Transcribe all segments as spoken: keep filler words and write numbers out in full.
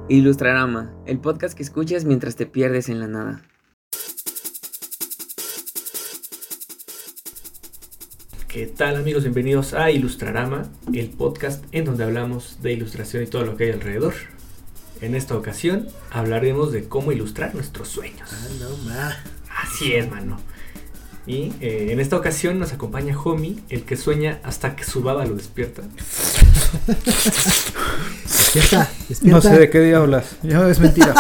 Ilustrarama, el podcast que escuchas mientras te pierdes en la nada. ¿Qué tal, amigos? Bienvenidos a Ilustrarama, el podcast en donde hablamos de ilustración y todo lo que hay alrededor. En esta ocasión hablaremos de cómo ilustrar nuestros sueños. Ah, no, ma. Así es, mano. Y eh, en esta ocasión nos acompaña Homie, el que sueña hasta que su baba lo despierta. Despierta, despierta. No sé de qué diablas. No, es mentira.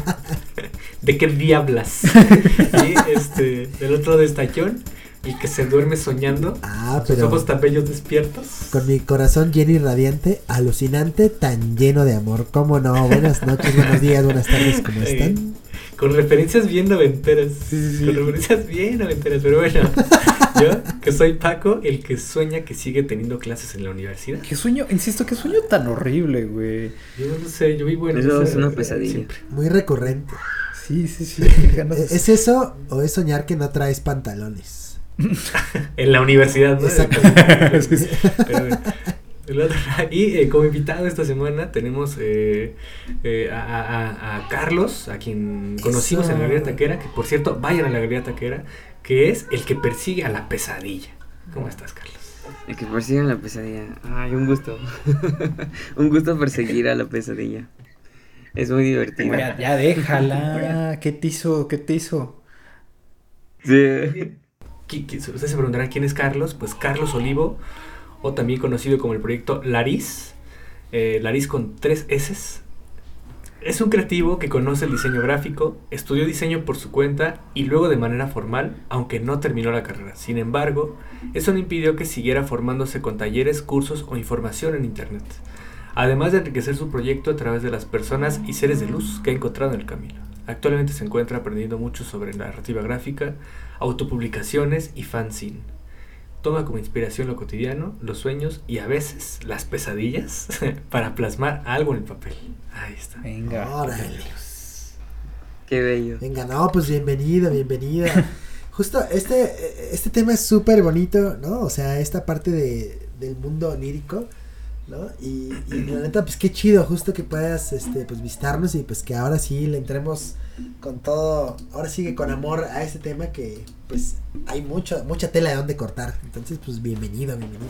¿De qué diablas? Y este, del otro de Estallón, el que se duerme soñando. Ah, Sus pero ojos tan bellos despiertos. con mi corazón lleno y radiante, alucinante, tan lleno de amor. ¿Cómo no? Buenas noches, buenos días, buenas tardes, ¿cómo están? Eh, con referencias bien noventeras. Sí, sí, sí. Con referencias bien noventeras. Pero bueno, yo que soy Paco, el que sueña que sigue teniendo clases en la universidad. Qué sueño, insisto, qué sueño tan horrible, güey. Yo no sé, yo vivo en Eso esa- es una pesadilla. siempre. Muy recurrente. Sí, sí, sí. Ganas de- ¿Es eso o es soñar que no traes pantalones? En la universidad, ¿no? Exacto. Sí, sí. Pero bueno, el otro- y eh, como invitado esta semana tenemos eh, eh, a, a- a Carlos, a quien conocimos Eso. en la Galería Taquera, que por cierto, vayan a la Galería Taquera, que es el que persigue a la pesadilla. ¿Cómo estás, Carlos? El que persiguen la pesadilla. Ay, un gusto. Un gusto perseguir a la pesadilla. Es muy divertido. Ya, ya déjala. ¿Qué te hizo? ¿Qué te hizo? Sí. Qui- qui- Ustedes se preguntarán quién es Carlos. Pues Carlos Olivo, o también conocido como el proyecto Lariz, eh, Lariz con tres S. Es un creativo que conoce el diseño gráfico, estudió diseño por su cuenta y luego de manera formal, aunque no terminó la carrera. Sin embargo, eso no impidió que siguiera formándose con talleres, cursos o información en internet, además de enriquecer su proyecto a través de las personas y seres de luz que ha encontrado en el camino. Actualmente se encuentra aprendiendo mucho sobre narrativa gráfica, autopublicaciones y fanzine. Toma como inspiración lo cotidiano, los sueños y a veces las pesadillas para plasmar algo en el papel. Ahí está. Venga. Órale. Qué bello. Venga, no, pues bienvenida, bienvenida. Justo este, este tema es súper bonito, ¿no? O sea, esta parte de, del mundo onírico, ¿no? Y, y la neta, pues qué chido, justo que puedas, este, pues visitarnos y pues que ahora sí le entremos con todo, ahora sigue con amor a este tema que, pues, hay mucho, mucha tela de donde cortar. Entonces, pues, bienvenido, bienvenido.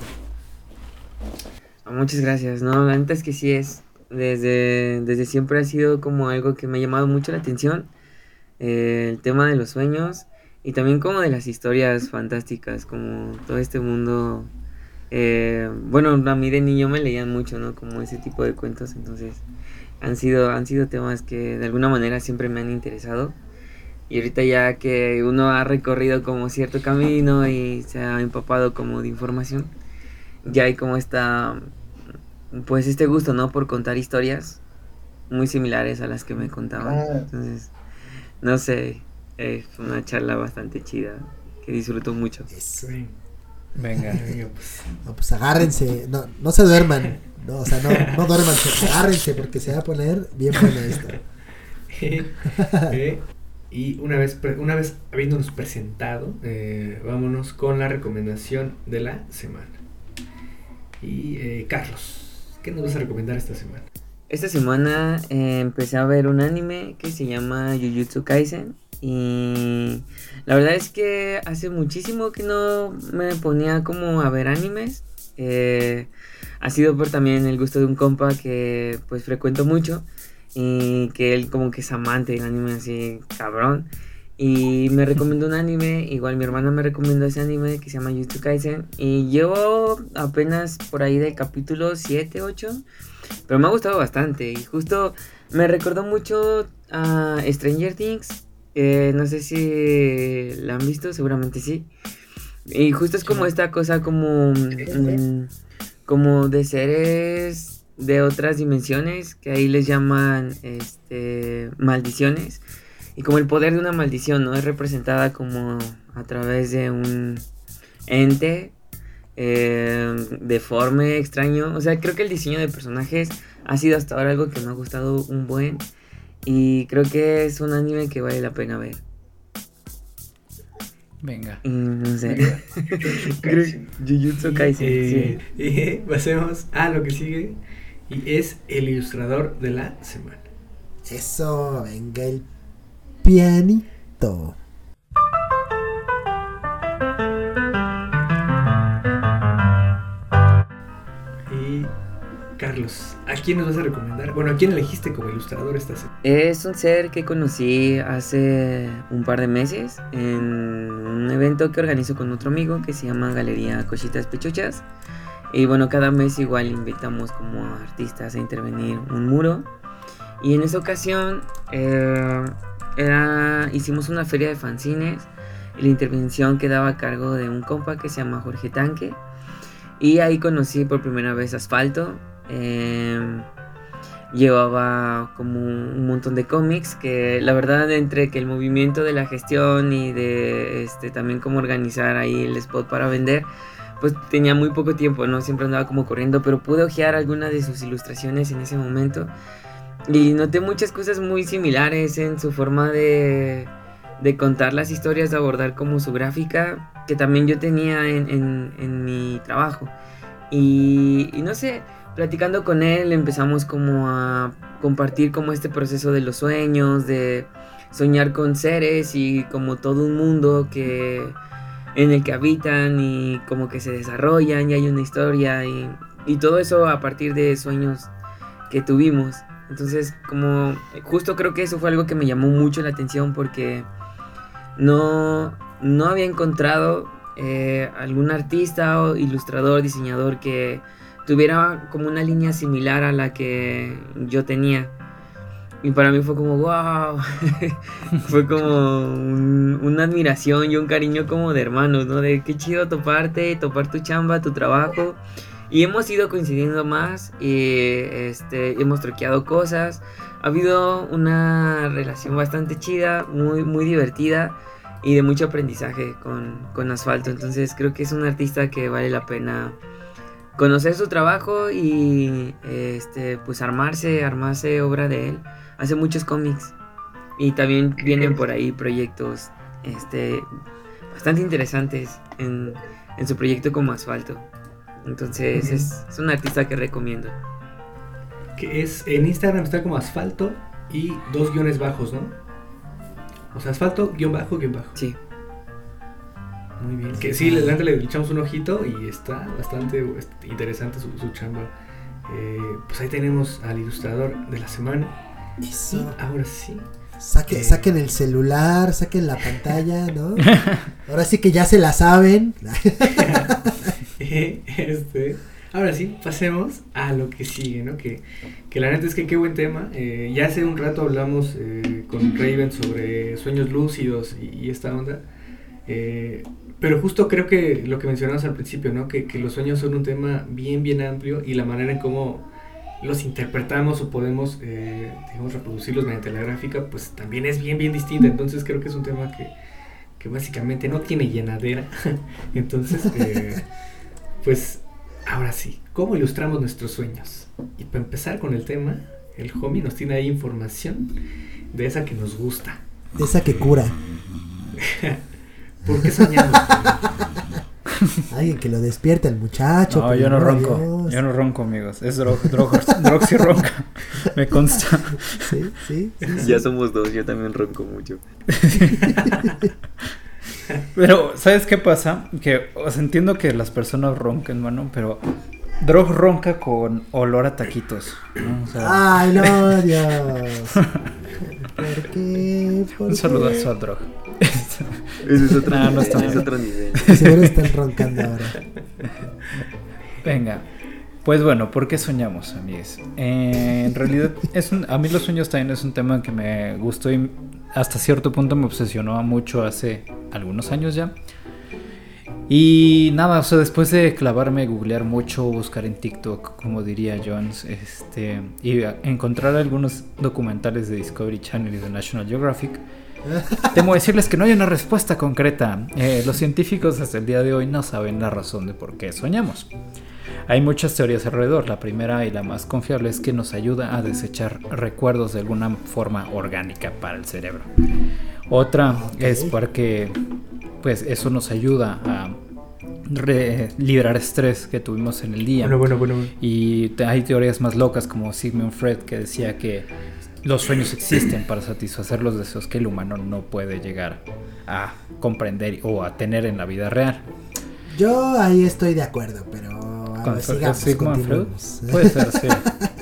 Muchas gracias. No, la neta es que sí es. Desde, desde siempre ha sido como algo que me ha llamado mucho la atención. Eh, el tema de los sueños. Y también como de las historias fantásticas. Como todo este mundo. Eh, bueno, a mí de niño me leían mucho, ¿no? Como ese tipo de cuentos. Entonces han sido, han sido temas que de alguna manera siempre me han interesado. Y ahorita ya que uno ha recorrido como cierto camino y se ha empapado como de información, ya hay como esta, pues este gusto, ¿no? Por contar historias muy similares a las que me contaban. Entonces, no sé, es una charla bastante chida que disfruto mucho. Eso. Venga. Venga, pues. No, pues agárrense, no, no se duerman, no, o sea, no, no duerman, agárrense porque se va a poner bien bueno esto. Eh, y una vez, pre- una vez habiéndonos presentado, eh, vámonos con la recomendación de la semana. Y eh, Carlos, ¿qué nos vas a recomendar esta semana? Esta semana eh, empecé a ver un anime que se llama Jujutsu Kaisen. Y la verdad es que hace muchísimo que no me ponía como a ver animes. Eh, ha sido por también el gusto de un compa que pues frecuento mucho. Y que él como que es amante del anime así cabrón. Y me recomendó un anime, igual mi hermana me recomendó ese anime que se llama Jujutsu Kaisen. Y llevo apenas por ahí del capítulo siete, ocho. Pero me ha gustado bastante. Y justo me recordó mucho a Stranger Things. Eh, no sé si la han visto, seguramente sí. Y justo es como esta cosa como, mm, como de seres de otras dimensiones, que ahí les llaman este maldiciones. Y como el poder de una maldición, ¿no? Es representada como a través de un ente eh, deforme, extraño. O sea, creo que el diseño de personajes ha sido hasta ahora algo que me ha gustado un buen. Y creo que es un anime que vale la pena ver. Venga. Y no sé. Creo- Jujutsu Kaisen, Eh, sí. Y pasemos a lo que sigue. Y es el ilustrador de la semana. Eso, venga el pianito. Y Carlos, ¿a quién nos vas a recomendar? Bueno, ¿a quién elegiste como ilustrador esta semana? Es un ser que conocí hace un par de meses en un evento que organizo con otro amigo que se llama Galería Cositas Pechuchas. Y bueno, cada mes igual invitamos como a artistas a intervenir un muro. Y en esa ocasión eh, era, hicimos una feria de fanzines y la intervención quedaba a cargo de un compa que se llama Jorge Tanque. Y ahí conocí por primera vez Asfalto. Eh, llevaba como un montón de cómics que la verdad entre que el movimiento de la gestión y de este también cómo organizar ahí el spot para vender, pues tenía muy poco tiempo, ¿no? Siempre andaba como corriendo, pero pude hojear algunas de sus ilustraciones en ese momento y noté muchas cosas muy similares en su forma de, de contar las historias, de abordar como su gráfica, que también yo tenía en, en, en mi trabajo. Y, y no sé, platicando con él empezamos como a compartir como este proceso de los sueños, de soñar con seres y como todo un mundo que... en el que habitan y como que se desarrollan y hay una historia y, y todo eso a partir de sueños que tuvimos. Entonces como justo creo que eso fue algo que me llamó mucho la atención porque no, no había encontrado eh, algún artista o ilustrador, diseñador que tuviera como una línea similar a la que yo tenía. Y para mí fue como wow, fue como un, una admiración y un cariño como de hermanos, ¿no? De qué chido toparte, topar tu chamba, tu trabajo. Y hemos ido coincidiendo más y este, hemos troqueado cosas. Ha habido una relación bastante chida, muy, muy divertida y de mucho aprendizaje con, con Asfalto. Entonces creo que es un artista que vale la pena conocer su trabajo y este, pues armarse, armarse obra de él. Hace muchos cómics y también vienen por ahí proyectos este, bastante interesantes en, en su proyecto como Asfalto. Entonces es, es un artista que recomiendo. Que es, en Instagram está como Asfalto y dos guiones bajos, ¿no? O sea, Asfalto, guión bajo, guión bajo. Sí. Muy bien. Que sí, le, le echamos un ojito y está bastante interesante su, su chamba. Eh, pues ahí tenemos al ilustrador de la semana. Eso. Y ahora sí. Saque, eh. Saquen el celular, saquen la pantalla, ¿no? Ahora sí que ya se la saben. este, ahora sí, pasemos a lo que sigue, ¿no? Que, que la neta es que qué buen tema. Eh, ya hace un rato hablamos eh, con Raven sobre sueños lúcidos y, y esta onda. Eh, pero justo creo que lo que mencionamos al principio, ¿no? Que, que los sueños son un tema bien, bien amplio y la manera en cómo los interpretamos o podemos, eh, digamos, reproducirlos mediante la gráfica, pues también es bien, bien distinta. Entonces creo que es un tema que, que básicamente no tiene llenadera. Entonces, eh, pues, ahora sí, ¿cómo ilustramos nuestros sueños? Y para empezar con el tema, el homie nos tiene ahí información de esa que nos gusta. De esa que cura. ¿Por qué soñamos? Alguien que lo despierte al muchacho. No, yo no ronco. Dios. Yo no ronco, amigos. Es Drog, Drog, Drog sí ronca. Me consta. Sí, sí, sí, sí. Ya somos dos, yo también ronco mucho. Pero, ¿sabes qué pasa? Que, o sea, entiendo que las personas ronquen, mano, pero Drog ronca con olor a taquitos, ¿no? O sea, Ay, no, Dios. ¿Por qué? ¿Por un qué? saludazo a Drog. Ese es otro, No, no está ese es bien. otro nivel. Seguro están roncando ahora. Venga, pues bueno, ¿por qué soñamos, amigos? Eh, en realidad, es un, a mí los sueños también es un tema que me gustó y hasta cierto punto me obsesionó mucho hace algunos años ya. Y nada, o sea, después de clavarme, googlear mucho, buscar en TikTok, como diría Jones, este, y encontrar algunos documentales de Discovery Channel y de National Geographic, temo decirles que no hay una respuesta concreta. Eh, los científicos hasta el día de hoy no saben la razón de por qué soñamos. Hay muchas teorías alrededor. La primera y la más confiable es que nos ayuda a desechar recuerdos de alguna forma orgánica para el cerebro. Otra es porque pues eso nos ayuda a re- liberar estrés que tuvimos en el día. Bueno, bueno, bueno. Y te- hay teorías más locas como Sigmund Freud, que decía que los sueños existen para satisfacer los deseos que el humano no puede llegar a comprender o a tener en la vida real. Yo ahí estoy de acuerdo, pero a Con ver, Fre- sigamos, Sigmund Freud. continuemos. Puede ser, sí.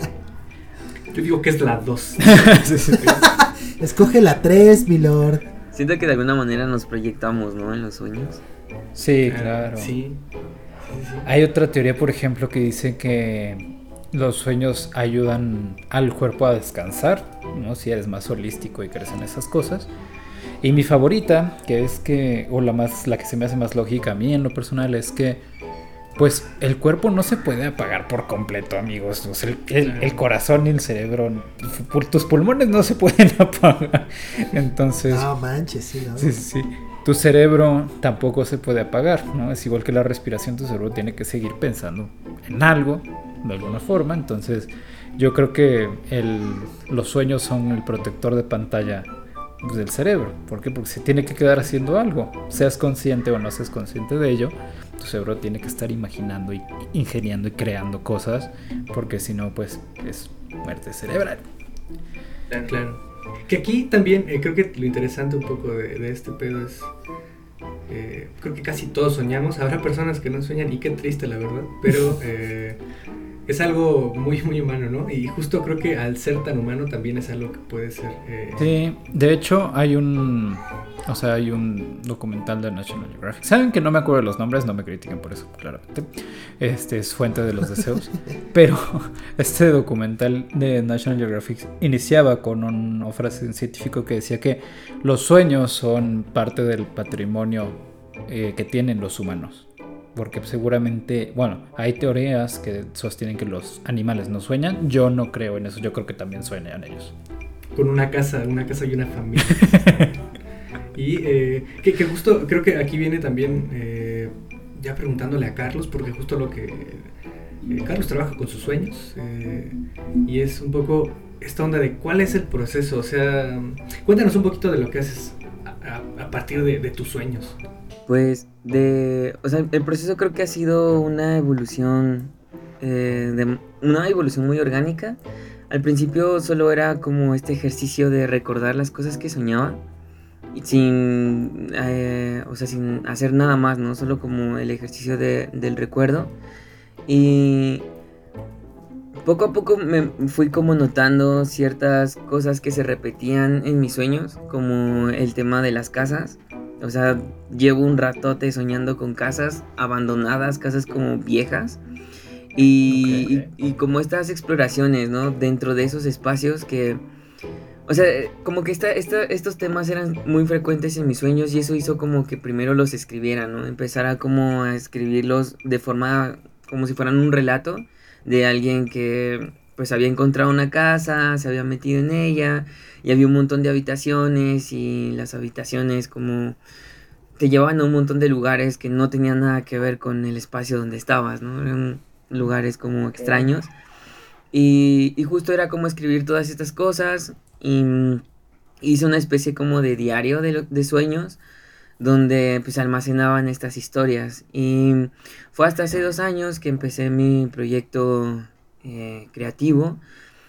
Yo digo que es la dos. Sí, sí. Escoge la tres, mi lord. Siento que de alguna manera nos proyectamos, ¿no? En los sueños. Sí, claro. Sí. Sí, sí. Hay otra teoría, por ejemplo, que dice que los sueños ayudan al cuerpo a descansar, ¿no? Si eres más holístico y crees en esas cosas. Y mi favorita, que es que, o la más, la que se me hace más lógica a mí en lo personal, es que pues el cuerpo no se puede apagar por completo, amigos. O sea, el, el, el corazón y el cerebro, por tus pulmones no se pueden apagar. Entonces, No manches, sí, ¿no? sí, sí, sí. Tu cerebro tampoco se puede apagar, ¿no? Es igual que la respiración, tu cerebro tiene que seguir pensando en algo, de alguna forma. Entonces, yo creo que el, los sueños son el protector de pantalla del cerebro. ¿Por qué? Porque se tiene que quedar haciendo algo. Seas consciente o no seas consciente de ello, tu cerebro tiene que estar imaginando y ingeniando y creando cosas, porque si no, pues es muerte cerebral. Claro, claro. Que aquí también eh, creo que lo interesante un poco de, de este pedo es, eh, creo que casi todos soñamos. Habrá personas que no sueñan y qué triste la verdad, pero eh, es algo muy muy humano, ¿no? Y justo creo que al ser tan humano también es algo que puede ser eh... Sí, de hecho hay un, o sea, hay un documental de National Geographic. Saben que no me acuerdo de los nombres, no me critiquen por eso, claramente. Este es fuente de los deseos. Pero este documental de National Geographic iniciaba con una frase de un científico que decía que los sueños son parte del patrimonio eh, que tienen los humanos. Porque seguramente, bueno, hay teorías que sostienen que los animales no sueñan. Yo no creo en eso, yo creo que también sueñan ellos. Con una casa, una casa y una familia. Y eh, que, que justo creo que aquí viene también, eh, ya preguntándole a Carlos, porque justo lo que... Eh, Carlos trabaja con sus sueños, eh, y es un poco esta onda de cuál es el proceso. O sea, cuéntanos un poquito de lo que haces a, a, a partir de, de tus sueños. Pues de, o sea, el proceso creo que ha sido una evolución, eh, de, una evolución muy orgánica. Al principio solo era como este ejercicio de recordar las cosas que soñaba, y sin, eh, o sea, sin hacer nada más, ¿no? Solo como el ejercicio de, del recuerdo. Y poco a poco me fui como notando ciertas cosas que se repetían en mis sueños, como el tema de las casas. O sea, llevo un ratote soñando con casas abandonadas, casas como viejas. Y, okay, okay. y, y como estas exploraciones, ¿no? Dentro de esos espacios que... O sea, como que esta, esta, estos temas eran muy frecuentes en mis sueños, y eso hizo como que primero los escribiera, ¿no? Empezara como a escribirlos de forma... como si fueran un relato de alguien que pues había encontrado una casa, se había metido en ella, y había un montón de habitaciones, y las habitaciones como te llevaban a un montón de lugares que no tenían nada que ver con el espacio donde estabas, ¿no? Eran lugares como extraños, y, y justo era como escribir todas estas cosas, y hice una especie como de diario de, lo, de sueños, donde pues almacenaban estas historias. Y fue hasta hace dos años que empecé mi proyecto eh, creativo,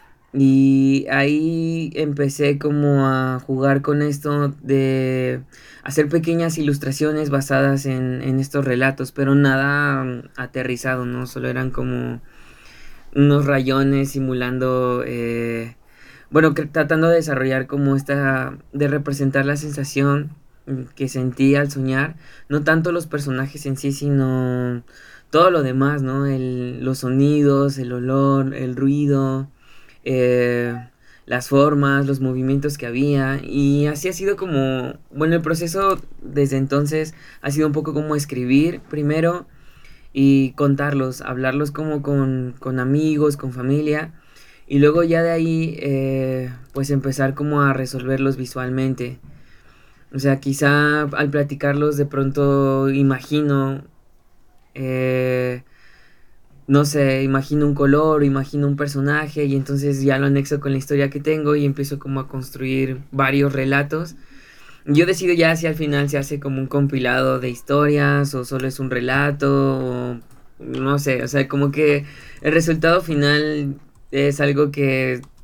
y ahí empecé como a jugar con esto de hacer pequeñas ilustraciones basadas en, en estos relatos, pero nada aterrizado, ¿no? Solo eran como unos rayones simulando, eh, bueno, que, tratando de desarrollar como esta, de representar la sensación que sentí al soñar, no tanto los personajes en sí, sino todo lo demás, ¿no? El, los sonidos, el olor, el ruido, eh, las formas, los movimientos que había, y así ha sido como, bueno, el proceso desde entonces ha sido un poco como escribir primero y contarlos, hablarlos como con, con amigos, con familia, y luego ya de ahí eh, pues empezar como a resolverlos visualmente. O sea, quizá al platicarlos de pronto imagino, eh, no sé, imagino un color, imagino un personaje, y entonces ya lo anexo con la historia que tengo y empiezo como a construir varios relatos. Yo decido ya si al final se hace como un compilado de historias o solo es un relato, o no sé, o sea, como que el resultado final es algo que...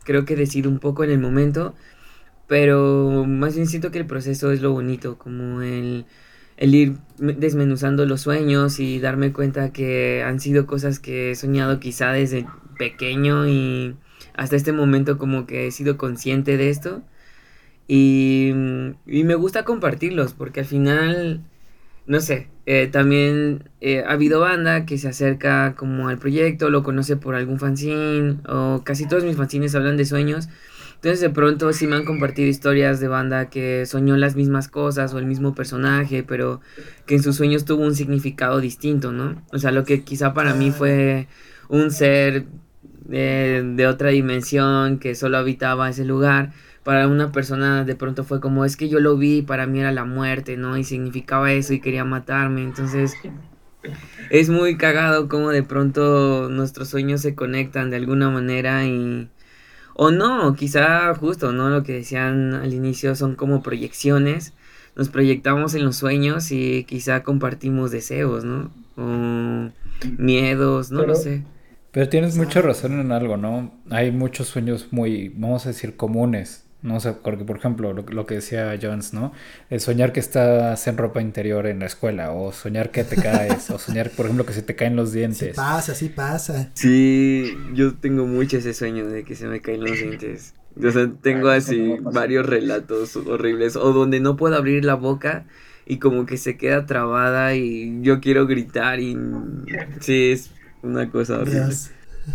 creo que decido un poco en el momento, pero más bien siento que el proceso es lo bonito, como el, el ir desmenuzando los sueños y darme cuenta que han sido cosas que he soñado quizá desde pequeño y hasta este momento como que he sido consciente de esto y, y me gusta compartirlos porque al final, no sé, eh, también eh, ha habido banda que se acerca como al proyecto, lo conoce por algún fanzine o casi todos mis fanzines hablan de sueños. Entonces de pronto sí me han compartido historias de banda que soñó las mismas cosas o el mismo personaje, pero que en sus sueños tuvo un significado distinto, ¿no? O sea, lo que quizá para mí fue un ser eh, de otra dimensión que solo habitaba ese lugar, para una persona de pronto fue como, es que yo lo vi y para mí era la muerte, ¿no? Y significaba eso y quería matarme, entonces es muy cagado cómo de pronto nuestros sueños se conectan de alguna manera y... O no, quizá justo, ¿no? Lo que decían al inicio son como proyecciones. Nos proyectamos en los sueños y quizá compartimos deseos, ¿no? O miedos, no pero, lo sé. Pero tienes mucha razón en algo, ¿no? Hay muchos sueños muy, vamos a decir, comunes. No sé, porque por ejemplo, lo, lo que decía Jones, ¿no? El soñar que estás en ropa interior en la escuela, o soñar que te caes, o soñar, por ejemplo, que se te caen los dientes. Sí pasa, sí pasa. Sí, yo tengo mucho ese sueño de que se me caen los dientes. O sea, tengo Ay, así no varios relatos horribles, o donde no puedo abrir la boca y como que se queda trabada y yo quiero gritar y sí, es una cosa horrible. Dios.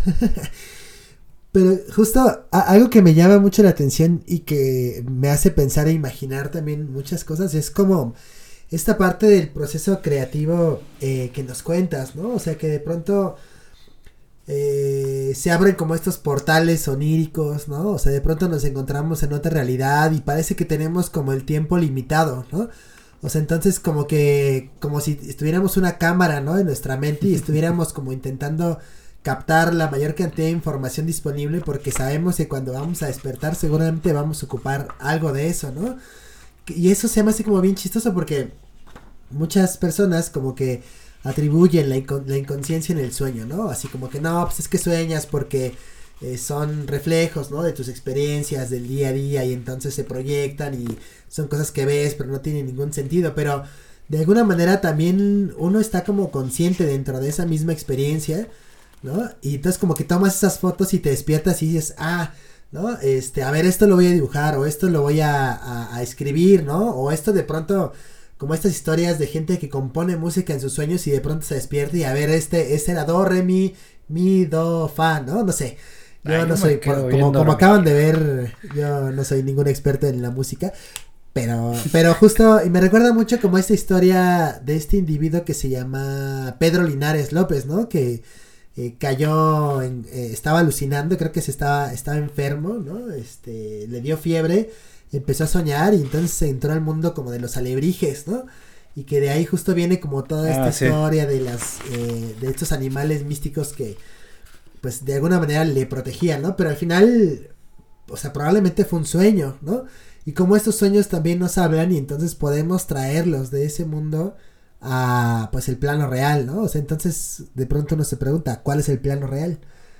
Pero justo a, algo que me llama mucho la atención y que me hace pensar e imaginar también muchas cosas es como esta parte del proceso creativo eh, que nos cuentas, ¿no? O sea, que de pronto eh, se abren como estos portales oníricos, ¿no? O sea, de pronto nos encontramos en otra realidad y parece que tenemos como el tiempo limitado, ¿no? O sea, entonces como que, como si estuviéramos una cámara, ¿no? En nuestra mente y estuviéramos como intentando captar la mayor cantidad de información disponible porque sabemos que cuando vamos a despertar seguramente vamos a ocupar algo de eso, ¿no? Y eso se me hace como bien chistoso porque muchas personas como que atribuyen la, inco- la inconsciencia en el sueño, ¿no? Así como que no, pues es que sueñas porque eh, son reflejos, ¿no? De tus experiencias del día a día y entonces se proyectan y son cosas que ves pero no tienen ningún sentido, pero de alguna manera también uno está como consciente dentro de esa misma experiencia, ¿no? Y entonces como que tomas esas fotos y te despiertas y dices, ah, ¿no? Este, a ver, esto lo voy a dibujar o esto lo voy a, a, a escribir, ¿no? O esto de pronto, como estas historias de gente que compone música en sus sueños y de pronto se despierta y a ver, este, este era do, re, mi, mi, do, fa, ¿no? No sé. Yo Ay, no yo soy, me quedo como, viendo como la acaban de ver, yo no soy ningún experto en la música. Pero, pero justo, y me recuerda mucho como esta historia de este individuo que se llama Pedro Linares López, ¿no? Que eh, cayó, en, eh, estaba alucinando, creo que se estaba, estaba enfermo, ¿no? Este, le dio fiebre, empezó a soñar y entonces entró al mundo como de los alebrijes, ¿no? Y que de ahí justo viene como toda esta Ah, sí. historia de las, eh, de estos animales místicos que, pues de alguna manera le protegían, ¿no? Pero al final, o sea, probablemente fue un sueño, ¿no? Y como estos sueños también nos hablan y entonces podemos traerlos de ese mundo a pues el plano real, ¿no? O sea, entonces de pronto uno se pregunta, ¿cuál es el plano real?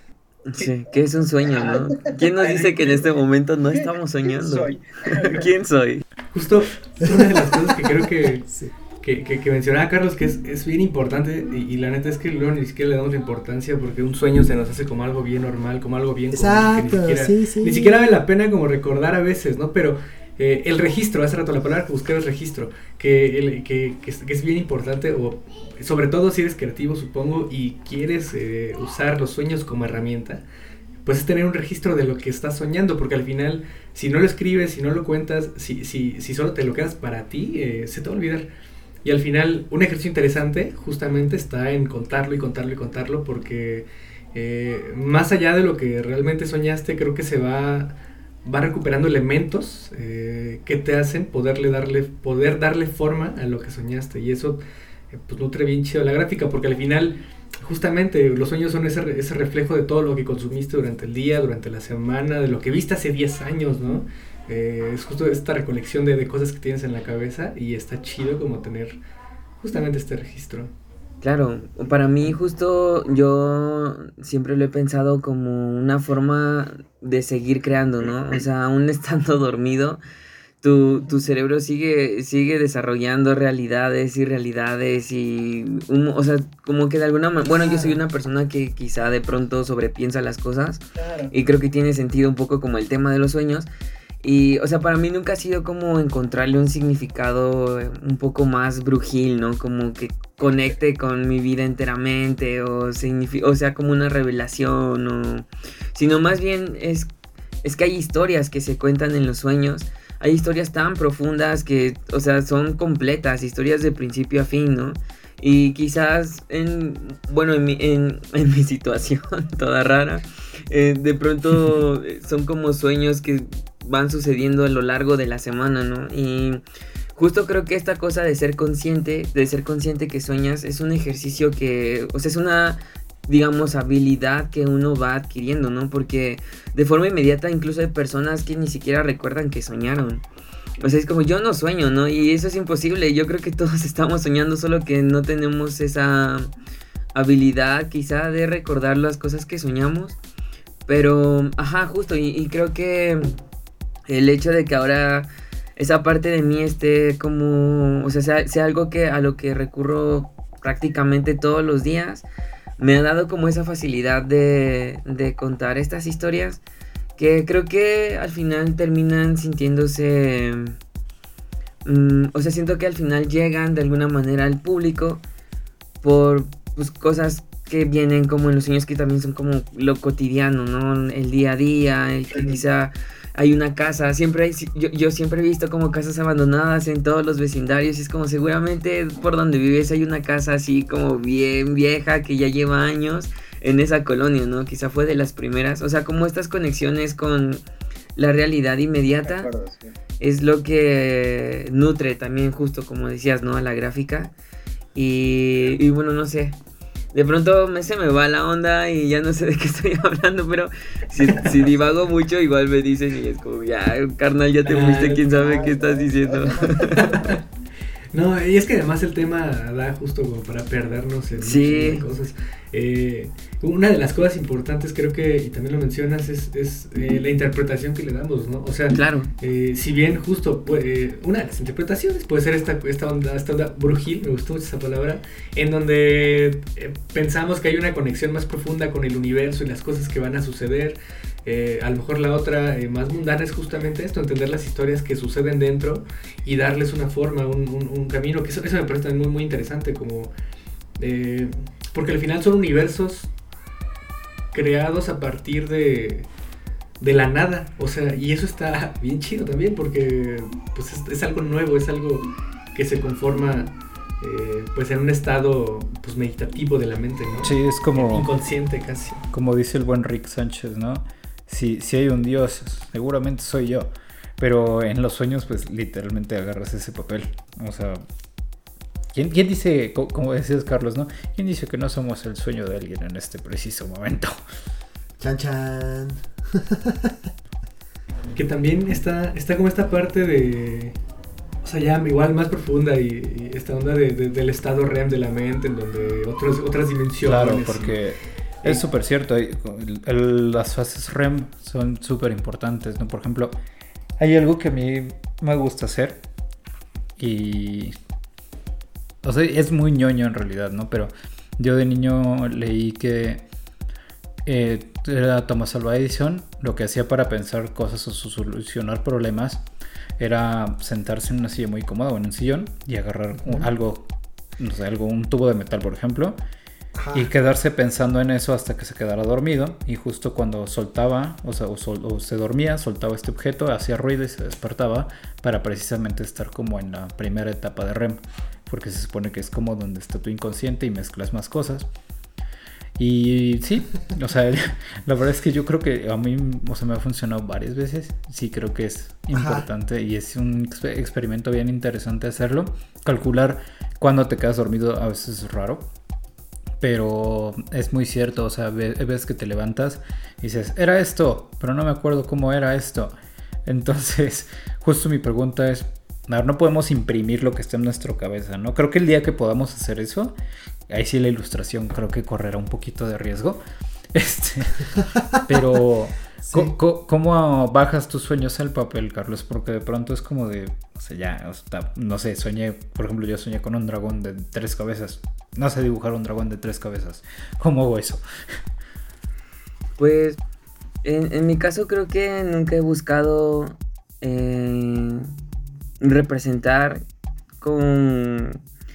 Sí, que es un sueño, ¿no? ¿Quién nos dice que en este momento no estamos soñando? Soy. ¿Quién soy? Justo una de las cosas que creo que, Sí. que, que, que mencionaba Carlos, que es, es bien importante, y, y la neta es que luego ni siquiera le damos la importancia porque un sueño se nos hace como algo bien normal, como algo bien común, Exacto, que ni siquiera, sí, sí. ni siquiera vale la pena como recordar a veces, ¿no? Pero eh, el registro, hace rato la palabra que busqué es registro, que, el, que, que, es, que es bien importante, o sobre todo si eres creativo, supongo, y quieres eh, usar los sueños como herramienta, pues es tener un registro de lo que estás soñando, porque al final, si no lo escribes, si no lo cuentas, si, si, si solo te lo quedas para ti, eh, se te va a olvidar. Y al final, un ejercicio interesante justamente está en contarlo y contarlo y contarlo, porque eh, más allá de lo que realmente soñaste, creo que se va, va recuperando elementos eh, que te hacen poderle darle, poder darle forma a lo que soñaste. Y eso eh, pues nutre bien chido la gráfica, porque al final, justamente, los sueños son ese, ese reflejo de todo lo que consumiste durante el día, durante la semana, de lo que viste hace diez años, ¿no? Eh, es justo esta recolección de, de cosas que tienes en la cabeza y está chido como tener justamente este registro. Claro, para mí justo yo siempre lo he pensado como una forma de seguir creando, ¿no? O sea, aún estando dormido, tu, tu cerebro sigue, sigue desarrollando realidades y realidades y, un- o sea, como que de alguna manera, bueno, yo soy una persona que quizá de pronto sobrepiensa las cosas Claro. y creo que tiene sentido un poco como el tema de los sueños. Y, o sea, para mí nunca ha sido como encontrarle un significado eh, un poco más brujil, ¿no? Como que conecte con mi vida enteramente o, signifi- o sea, como una revelación o... Sino más bien es, es que hay historias que se cuentan en los sueños. Hay historias tan profundas que, o sea, son completas, historias de principio a fin, ¿no? Y quizás en, bueno, en mi, en, en mi situación toda rara, eh, de pronto eh, son como sueños que van sucediendo a lo largo de la semana, ¿no? Y justo creo que esta cosa de ser consciente, de ser consciente que sueñas, es un ejercicio que, o sea, es una, digamos, habilidad que uno va adquiriendo, ¿no? Porque de forma inmediata incluso hay personas que ni siquiera recuerdan que soñaron. O sea, es como yo no sueño, ¿no? Y eso es imposible. Yo creo que todos estamos soñando, solo que no tenemos esa habilidad quizá de recordar las cosas que soñamos. Pero, ajá, justo. Y, y creo que el hecho de que ahora esa parte de mí esté como, o sea, sea, sea algo que a lo que recurro prácticamente todos los días, me ha dado como esa facilidad de, de contar estas historias que creo que al final terminan sintiéndose, mm, o sea, siento que al final llegan de alguna manera al público por pues, cosas que vienen como en los sueños que también son como lo cotidiano, ¿no? El día a día, el que quizá hay una casa, siempre hay, yo, yo siempre he visto como casas abandonadas en todos los vecindarios y es como seguramente por donde vives hay una casa así como bien vieja que ya lleva años en esa colonia, ¿no? Quizá fue de las primeras, o sea, como estas conexiones con la realidad inmediata acuerdo, sí. es lo que nutre también justo como decías, ¿no? A la gráfica y, y bueno, no sé. De pronto me, se me va la onda y ya no sé de qué estoy hablando, pero si, si divago mucho igual me dicen y es como, ya, carnal, ya te fuiste, quién sabe qué estás diciendo. No, y es que además el tema da justo como para perdernos en Sí. muchas cosas. Eh, una de las cosas importantes creo que, y también lo mencionas, es, es eh, la interpretación que le damos, ¿no? O sea, Claro. eh, si bien justo eh, una de las interpretaciones puede ser esta, esta, onda, esta onda brujil, me gustó mucho esa palabra, en donde eh, pensamos que hay una conexión más profunda con el universo y las cosas que van a suceder. Eh, a lo mejor la otra eh, más mundana es justamente esto, entender las historias que suceden dentro y darles una forma, un, un, un camino, que eso, eso me parece también muy, muy interesante, como eh, porque al final son universos creados a partir de, de la nada, o sea, y eso está bien chido también, porque pues es, es algo nuevo, es algo que se conforma eh, pues en un estado pues meditativo de la mente, ¿no? Sí, es como, inconsciente casi. como dice el buen Rick Sánchez, ¿no? Si, si hay un Dios, seguramente soy yo. Pero en los sueños, pues literalmente agarras ese papel. O sea, ¿quién, quién dice, co- como decías Carlos, ¿no? ¿Quién dice que no somos el sueño de alguien en este preciso momento? Chan chan. Que también está, está como esta parte de, o sea, ya igual más profunda y, y esta onda de, de- del estado R E M de la mente, en donde otros, otras dimensiones. Claro, y- porque es súper cierto. hay- el- el- las fases R E M son súper importantes, ¿no? Por ejemplo, hay algo que a mí me gusta hacer y... O sea, es muy ñoño en realidad, ¿no? Pero yo de niño leí que eh, era Thomas Alva Edison, lo que hacía para pensar cosas o solucionar problemas era sentarse en una silla muy cómoda o en un sillón y agarrar un- algo, no sé, algo, un tubo de metal, por ejemplo, Ajá. y quedarse pensando en eso hasta que se quedara dormido. Y justo cuando soltaba, o sea, o, sol- o se dormía, soltaba este objeto, hacía ruido y se despertaba para precisamente estar como en la primera etapa de R E M, porque se supone que es como donde está tu inconsciente y mezclas más cosas. Y sí, o sea, la verdad es que yo creo que a mí, o sea, me ha funcionado varias veces. Sí, creo que es importante. Ajá. Y es un exper- experimento bien interesante hacerlo. Calcular cuándo te quedas dormido a veces es raro, pero es muy cierto. O sea, ves, ves que te levantas y dices, era esto, pero no me acuerdo cómo era esto. Entonces, justo mi pregunta es, no, no podemos imprimir lo que está en nuestra cabeza, ¿no? Creo que el día que podamos hacer eso, ahí sí la ilustración creo que correrá un poquito de riesgo. Este, pero sí. ¿cómo, cómo, ¿cómo bajas tus sueños al papel, Carlos? Porque de pronto es como de, o sea, ya, o sea, no sé, soñé, por ejemplo, yo soñé con un dragón de tres cabezas. No sé dibujar un dragón de tres cabezas. ¿Cómo hago eso? Pues, en, en mi caso creo que nunca he buscado eh, representar con,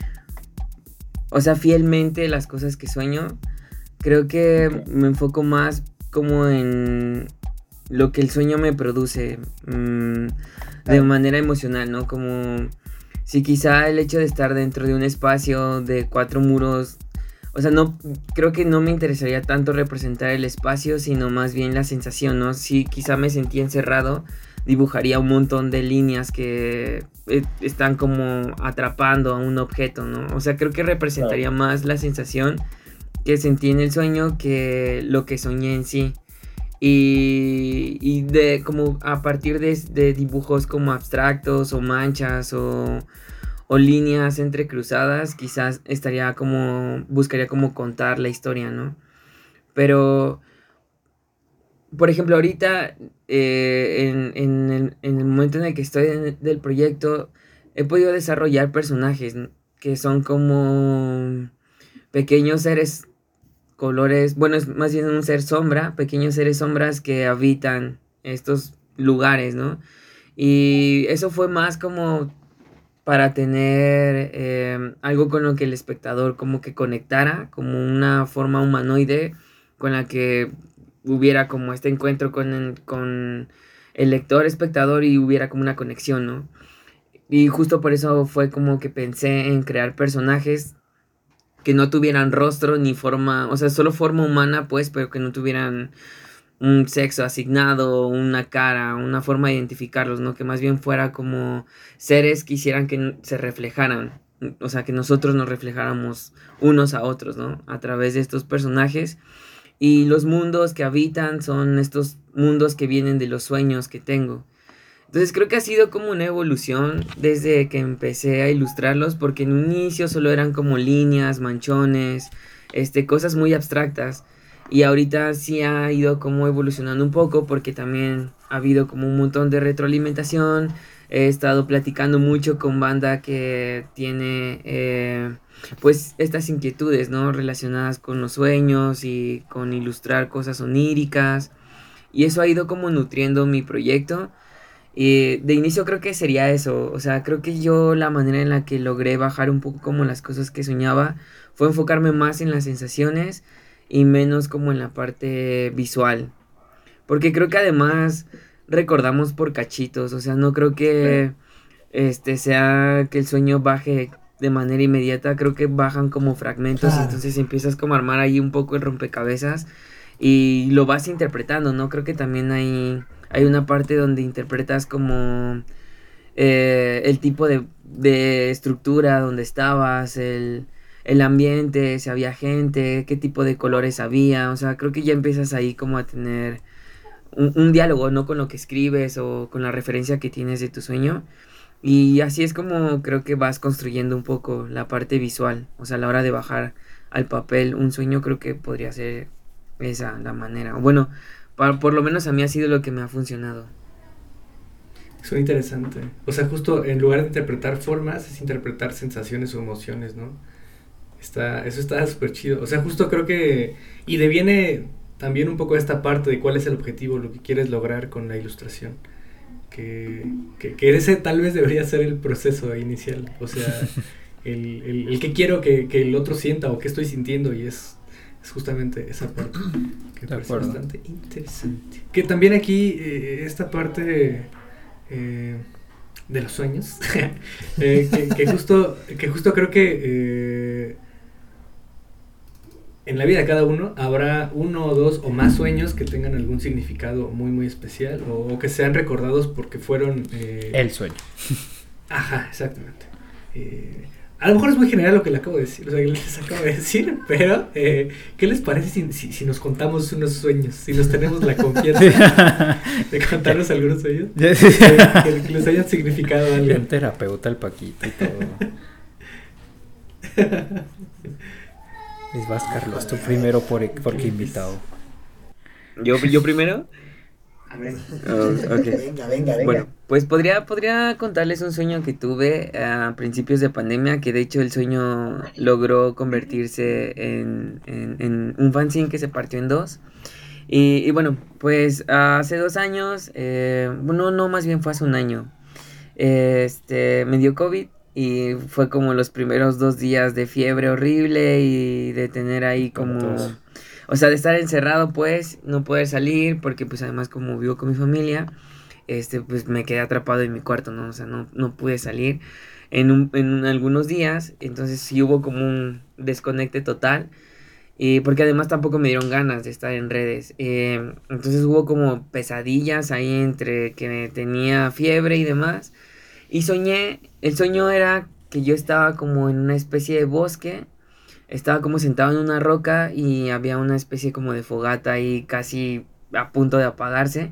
o sea, fielmente las cosas que sueño. Creo que me enfoco más como en lo que el sueño me produce mmm, de manera emocional, ¿no? Como si quizá el hecho de estar dentro de un espacio de cuatro muros, o sea, no, creo que no me interesaría tanto representar el espacio, sino más bien la sensación, ¿no? Si quizá me sentía encerrado, dibujaría un montón de líneas que eh, están como atrapando a un objeto, ¿no? O sea, creo que representaría más la sensación que sentí en el sueño que lo que soñé en sí. Y, y de como a partir de, de dibujos como abstractos o manchas o, o líneas entrecruzadas, quizás estaría como, buscaría como contar la historia, ¿no? Pero, por ejemplo, ahorita, eh, en, en, el, en el momento en el que estoy en, del proyecto, he podido desarrollar personajes que son como pequeños seres colores, bueno, es más bien un ser sombra, pequeños seres sombras que habitan estos lugares, ¿no? Y eso fue más como para tener eh, algo con lo que el espectador como que conectara, como una forma humanoide con la que hubiera como este encuentro con el, con el lector, espectador, y hubiera como una conexión, ¿no? Y justo por eso fue como que pensé en crear personajes que no tuvieran rostro ni forma, o sea, solo forma humana, pues, pero que no tuvieran un sexo asignado, una cara, una forma de identificarlos, ¿no? Que más bien fuera como seres que hicieran que se reflejaran, o sea, que nosotros nos reflejáramos unos a otros, ¿no? A través de estos personajes. Y los mundos que habitan son estos mundos que vienen de los sueños que tengo. Entonces creo que ha sido como una evolución desde que empecé a ilustrarlos, porque en un inicio solo eran como líneas, manchones, este, cosas muy abstractas. Y ahorita sí ha ido como evolucionando un poco, porque también ha habido como un montón de retroalimentación. He estado platicando mucho con banda que tiene eh, pues estas inquietudes, ¿no? Relacionadas con los sueños y con ilustrar cosas oníricas. Y eso ha ido como nutriendo mi proyecto. Y de inicio creo que sería eso, o sea, creo que yo la manera en la que logré bajar un poco como las cosas que soñaba fue enfocarme más en las sensaciones y menos como en la parte visual. Porque creo que además recordamos por cachitos, o sea, no creo que este sea que el sueño baje de manera inmediata, creo que bajan como fragmentos, Claro. Entonces empiezas como a armar ahí un poco el rompecabezas y lo vas interpretando, ¿no? Creo que también hay... Hay una parte donde interpretas como eh, el tipo de, de estructura donde estabas, el, el ambiente, si había gente, qué tipo de colores había. O sea, creo que ya empiezas ahí como a tener un, un diálogo, ¿no? Con lo que escribes o con la referencia que tienes de tu sueño. Y así es como creo que vas construyendo un poco la parte visual. O sea, a la hora de bajar al papel un sueño, creo que podría ser esa la manera. Bueno, por lo menos a mí ha sido lo que me ha funcionado. Suena interesante. O sea, justo en lugar de interpretar formas, es interpretar sensaciones o emociones, ¿no? Está, eso está súper chido. O sea, justo creo que... Y deviene también un poco esta parte de cuál es el objetivo, lo que quieres lograr con la ilustración. Que, que, que ese tal vez debería ser el proceso inicial. O sea, el, el, el que quiero que, que el otro sienta o que estoy sintiendo, y es... Es justamente esa parte que me parece bastante interesante. Que también aquí, eh, esta parte eh, de los sueños, eh, que, que, justo, que justo creo que eh, en la vida de cada uno habrá uno o dos o más sueños que tengan algún significado muy, muy especial o, o que sean recordados porque fueron... Eh, el sueño. Ajá, exactamente. Eh, a lo mejor es muy general lo que le acabo de decir, o sea, que les acabo de decir, pero eh, ¿qué les parece si, si, si nos contamos unos sueños? Si nos tenemos la confianza de contarnos algunos sueños, que, que, que les hayan significado algo. Bien terapeuta el Paquito y todo. Les vas, Carlos, tú primero por, porque invitado. ¿Yo, yo primero? A ver. Oh, okay. Venga, venga, venga. Bueno, pues podría, podría contarles un sueño que tuve a principios de pandemia, que de hecho el sueño logró convertirse en, en, en un fanzine que se partió en dos. Y, y bueno, pues hace dos años, eh, bueno, no, más bien fue hace un año, este, me dio COVID y fue como los primeros dos días de fiebre horrible y de tener ahí como... O sea, de estar encerrado, pues, no poder salir, porque, pues, además, como vivo con mi familia, este, pues, me quedé atrapado en mi cuarto, ¿no? O sea, no, no pude salir en, un, en algunos días, entonces sí hubo como un desconecte total, y porque además tampoco me dieron ganas de estar en redes. Eh, entonces hubo como pesadillas ahí entre que tenía fiebre y demás, y soñé, el sueño era que yo estaba como en una especie de bosque. Estaba como sentado en una roca y había una especie como de fogata ahí casi a punto de apagarse.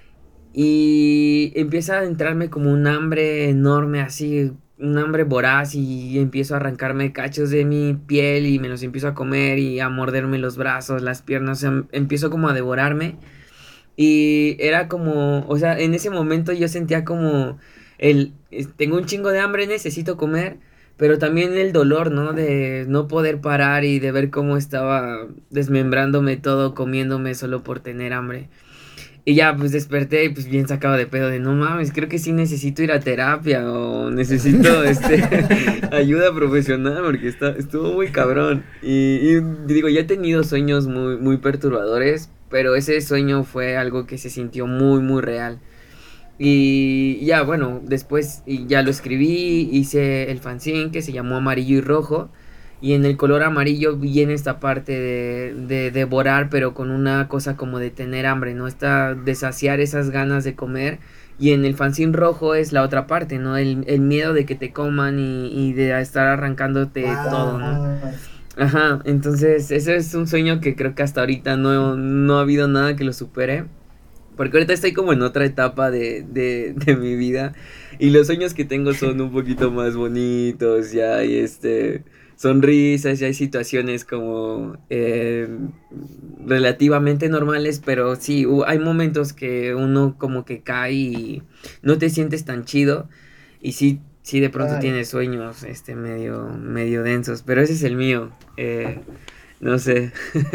Y empieza a entrarme como un hambre enorme así, un hambre voraz y empiezo a arrancarme cachos de mi piel y me los empiezo a comer y a morderme los brazos, las piernas, o sea, empiezo como a devorarme. Y era como, o sea, en ese momento yo sentía como el, tengo un chingo de hambre, necesito comer. Pero también el dolor, ¿no? De no poder parar y de ver cómo estaba desmembrándome todo, comiéndome solo por tener hambre. Y ya, pues desperté y pues bien sacado de pedo de no mames, creo que sí necesito ir a terapia o necesito este ayuda profesional porque está, estuvo muy cabrón. Y, y digo, ya he tenido sueños muy, muy perturbadores, pero ese sueño fue algo que se sintió muy, muy real. Y ya, bueno, después ya lo escribí, hice el fanzine que se llamó Amarillo y Rojo. Y en el color amarillo viene esta parte de, de devorar, pero con una cosa como de tener hambre, ¿no? Esta, de saciar esas ganas de comer. Y en el fanzine rojo es la otra parte, ¿no? El, el miedo de que te coman y, y de estar arrancándote wow. todo, ¿no? Ajá, entonces ese es un sueño que creo que hasta ahorita no, no ha habido nada que lo supere. Porque ahorita estoy como en otra etapa de, de, de mi vida. Y los sueños que tengo son un poquito más bonitos. Ya hay este, sonrisas, ya hay situaciones como eh, relativamente normales. Pero sí, hay momentos que uno como que cae y no te sientes tan chido. Y sí, sí de pronto Ay. tienes sueños este, medio, medio densos. Pero ese es el mío. Eh, No sé.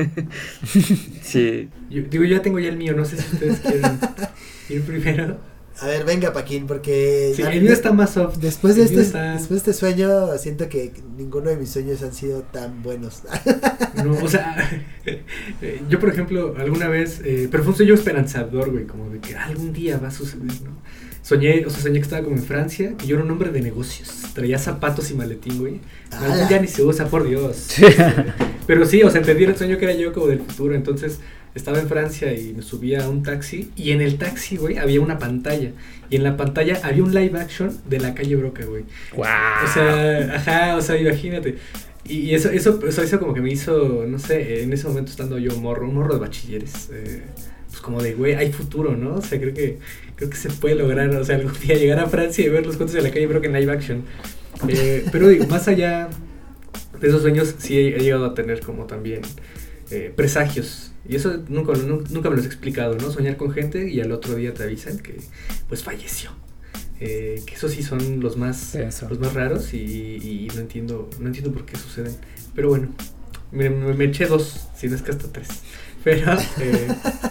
Sí. Yo, digo, yo ya tengo ya el mío, no sé si ustedes quieren ir primero. A ver, venga, Paquín, porque... Sí, el mío está más soft. Después de, este, está... después de este sueño, siento que ninguno de mis sueños han sido tan buenos. No, o sea, yo por ejemplo, alguna vez, eh, pero fue un sueño esperanzador, güey, como de que algún día va a suceder, ¿no? Soñé, o sea, soñé que estaba como en Francia, que yo era un hombre de negocios, traía zapatos y maletín, güey. Maletín ya ni se usa, por Dios. Pero sí, o sea, entendí el sueño que era yo como del futuro, entonces estaba en Francia y me subía a un taxi, y en el taxi, güey, había una pantalla, y en la pantalla había un live action de La Calle Broca, güey. Wow. O sea, ajá, o sea, imagínate. Y, y eso, eso, eso, eso como que me hizo, no sé, en ese momento estando yo morro, un morro de bachilleres, eh, pues como de, güey, hay futuro, ¿no? O sea, creo que creo que se puede lograr, o sea, algún día llegar a Francia y ver los cuentos de La Calle Broca en live action. Eh, pero digo, más allá de esos sueños, sí he, he llegado a tener como también eh, presagios. Y eso nunca, nunca, nunca me lo has explicado, ¿no? Soñar con gente y al otro día te avisan que, pues, falleció. Eh, que esos sí son los más, los más raros y, y no entiendo, no entiendo por qué suceden. Pero bueno, me, me, me eché dos, si no es que hasta tres. Pero, eh...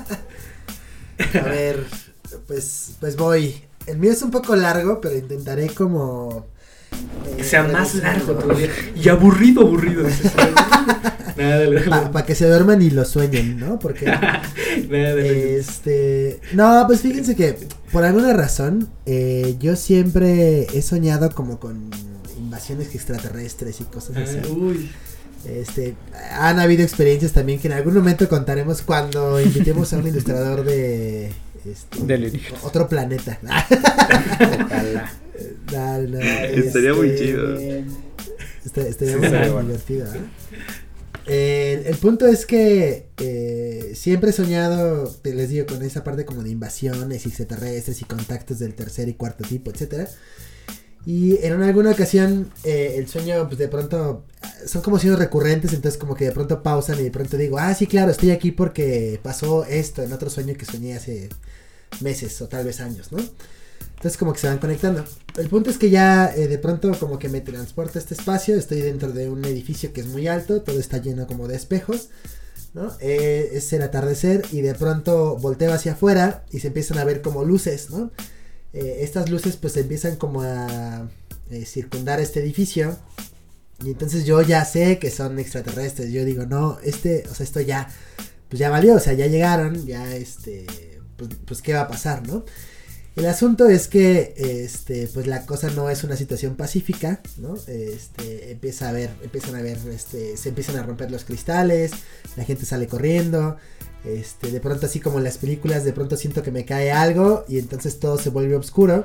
a ver, pues, pues voy. El mío es un poco largo, pero intentaré como... Eh, que sea más largo todavía. Y aburrido, aburrido. Para pa que se duerman y lo sueñen, ¿no? Porque... este... No, pues fíjense que por alguna razón eh, yo siempre he soñado como con invasiones extraterrestres y cosas así. Ah, uy. Este, han habido experiencias también que en algún momento contaremos cuando invitemos a un ilustrador de este, de otro planeta. Ojalá. No, no, Estaría este, muy chido. Este, este Sí, muy estaría bueno. divertido, ¿eh? Eh, el punto es que eh, siempre he soñado, te les digo, con esa parte como de invasiones y extraterrestres y contactos del tercer y cuarto tipo, etcétera. Y en alguna ocasión eh, el sueño, pues de pronto, son como sueños recurrentes, entonces como que de pronto pausan y de pronto digo, ah, sí, claro, estoy aquí porque pasó esto en otro sueño que soñé hace meses o tal vez años, ¿no? Entonces como que se van conectando. El punto es que ya eh, de pronto como que me transporta a este espacio. Estoy dentro de un edificio que es muy alto. Todo está lleno como de espejos, ¿no? Eh, es el atardecer y de pronto volteo hacia afuera y se empiezan a ver como luces, ¿no? Eh, estas luces pues empiezan como a eh, circundar este edificio. Y entonces yo ya sé que son extraterrestres. Yo digo, no, este, o sea, esto ya, pues ya valió. O sea, ya llegaron, ya este, pues, pues qué va a pasar, ¿no? El asunto es que, este, pues la cosa no es una situación pacífica, ¿no? Este, empieza a ver, empiezan a ver, este, se empiezan a romper los cristales, la gente sale corriendo, este, de pronto así como en las películas, de pronto siento que me cae algo y entonces todo se vuelve oscuro.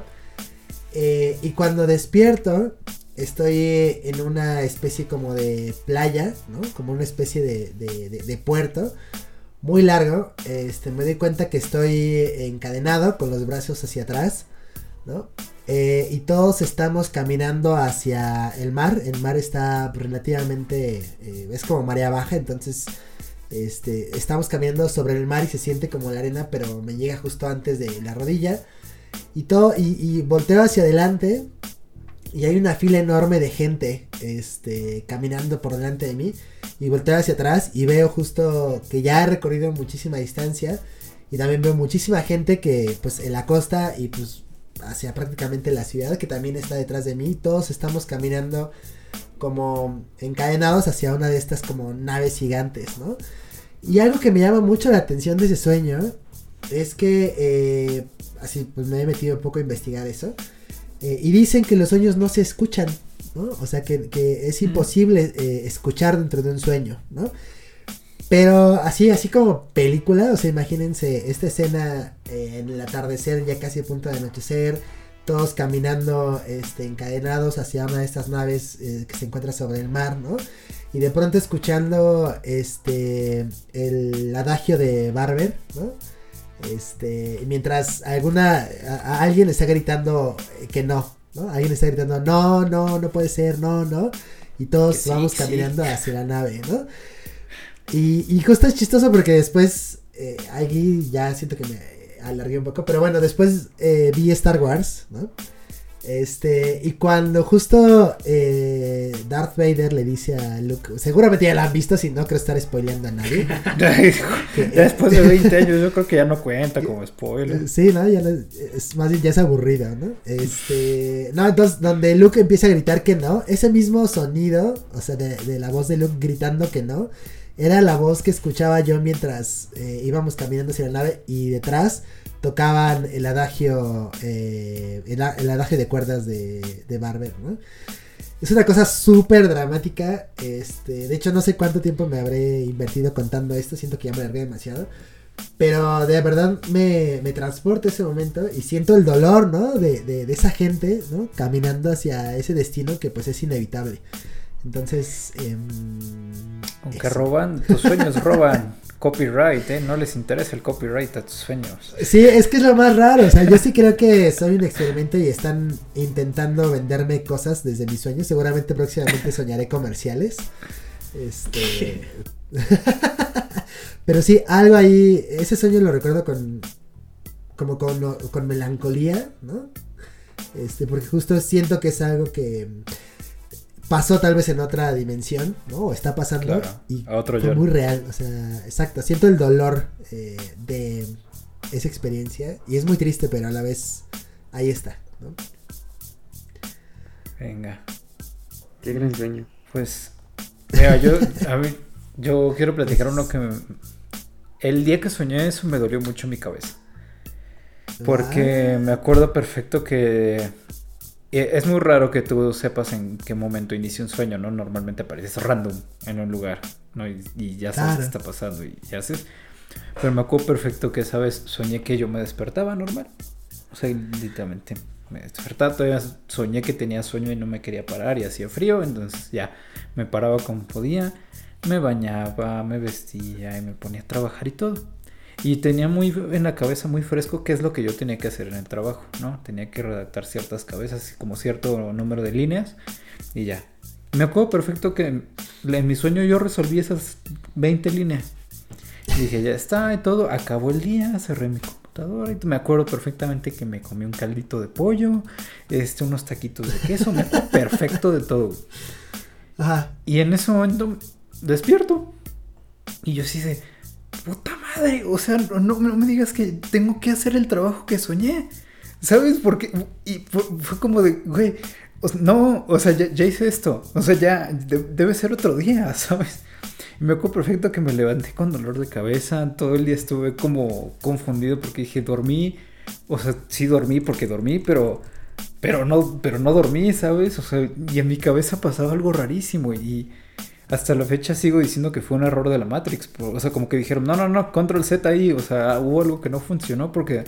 Eh, y cuando despierto, estoy en una especie como de playa, ¿no? Como una especie de, de, de, de puerto. Muy largo, este, me doy cuenta que estoy encadenado con los brazos hacia atrás, ¿no? Eh, y todos estamos caminando hacia el mar. El mar está relativamente, eh, es como marea baja, entonces este, estamos caminando sobre el mar y se siente como la arena, pero me llega justo antes de la rodilla. Y todo, y, y volteo hacia adelante y hay una fila enorme de gente, este, caminando por delante de mí. Y volteo hacia atrás y veo justo que ya he recorrido muchísima distancia. Y también veo muchísima gente que pues en la costa y pues hacia prácticamente la ciudad que también está detrás de mí. Todos estamos caminando como encadenados hacia una de estas como naves gigantes, ¿no? Y algo que me llama mucho la atención de ese sueño es que, eh, así pues me he metido un poco a investigar eso. Eh, y dicen que los sueños no se escuchan, ¿no? O sea que, que es imposible eh, escuchar dentro de un sueño, ¿no? Pero así, así como película, o sea, imagínense esta escena eh, en el atardecer, ya casi a punto de anochecer, todos caminando este, encadenados hacia una de estas naves eh, que se encuentra sobre el mar, ¿no? Y de pronto escuchando este el adagio de Barber, ¿no? Este, mientras alguna a, a alguien está gritando que no, ¿no? Alguien está gritando no, no, no puede ser, no, no. Y todos sí, vamos sí. caminando hacia la nave, ¿no? Y, y justo es chistoso porque después eh, aquí ya siento que me alargué un poco, pero bueno, después eh, vi Star Wars, ¿no? Este, y cuando justo eh, Darth Vader le dice a Luke, seguramente ya la han visto, si no creo estar spoileando a nadie. que, ya después de veinte años yo creo que ya no cuenta como spoiler. Sí, no, ya no, es más bien ya es aburrido, ¿no? Este, no, entonces donde Luke empieza a gritar que no, ese mismo sonido, o sea, de, de la voz de Luke gritando que no, era la voz que escuchaba yo mientras eh, íbamos caminando hacia la nave y detrás tocaban el adagio, eh, el, el adagio de cuerdas de, de Barber, ¿no? Es una cosa súper dramática, este, de hecho no sé cuánto tiempo me habré invertido contando esto, siento que ya me alargué demasiado, pero de verdad me, me transporta ese momento y siento el dolor, ¿no? De, de, de esa gente, ¿no? Caminando hacia ese destino que pues es inevitable. Entonces, eh, aunque eso. roban, tus sueños roban copyright, ¿eh? No les interesa el copyright a tus sueños. Sí, es que es lo más raro, o sea, yo sí creo que soy un experimento y están intentando venderme cosas desde mis sueños. Seguramente próximamente soñaré comerciales. Este... Pero sí, algo ahí, ese sueño lo recuerdo con, como con, con melancolía, ¿no? Este, porque justo siento que es algo que pasó tal vez en otra dimensión, ¿no? O está pasando, claro, y a otro fue yo. muy real, o sea, exacto, siento el dolor eh, de esa experiencia y es muy triste, pero a la vez ahí está, ¿no? Venga. Qué gran sueño. Pues, mira, yo, a mí, yo quiero platicar uno que me, el día que soñé eso me dolió mucho mi cabeza. Porque ah. me acuerdo perfecto que es muy raro que tú sepas en qué momento inicia un sueño, ¿no? Normalmente apareces random en un lugar, ¿no? Y, y ya sabes claro. qué está pasando y ya haces. Pero me acuerdo perfecto que esa vez soñé que yo me despertaba normal. O sea, literalmente me despertaba, todavía soñé que tenía sueño y no me quería parar y hacía frío, entonces ya me paraba como podía, me bañaba, me vestía y me ponía a trabajar y todo. Y tenía muy en la cabeza muy fresco qué es lo que yo tenía que hacer en el trabajo, ¿no? Tenía que redactar ciertas cabezas, como cierto número de líneas y ya. Me acuerdo perfecto que en, en mi sueño yo resolví esas veinte líneas. Y dije, ya está y todo, acabó el día, cerré mi computadora y me acuerdo perfectamente que me comí un caldito de pollo, este, unos taquitos de queso, me acuerdo perfecto de todo. Ajá. Y en ese momento despierto y yo sí de, puta madre, o sea, no, no me digas que tengo que hacer el trabajo que soñé, ¿sabes? Porque, y fue, fue como de, güey, o sea, no, o sea, ya, ya hice esto, o sea, ya de, debe ser otro día, ¿sabes? Y me acuerdo perfecto que me levanté con dolor de cabeza, todo el día estuve como confundido porque dije, dormí, o sea, sí dormí porque dormí, pero, pero no, pero no dormí, ¿sabes? O sea, y en mi cabeza pasaba algo rarísimo y hasta la fecha sigo diciendo que fue un error de la Matrix, o sea, como que dijeron, no, no, no, control Z ahí, o sea, hubo algo que no funcionó porque...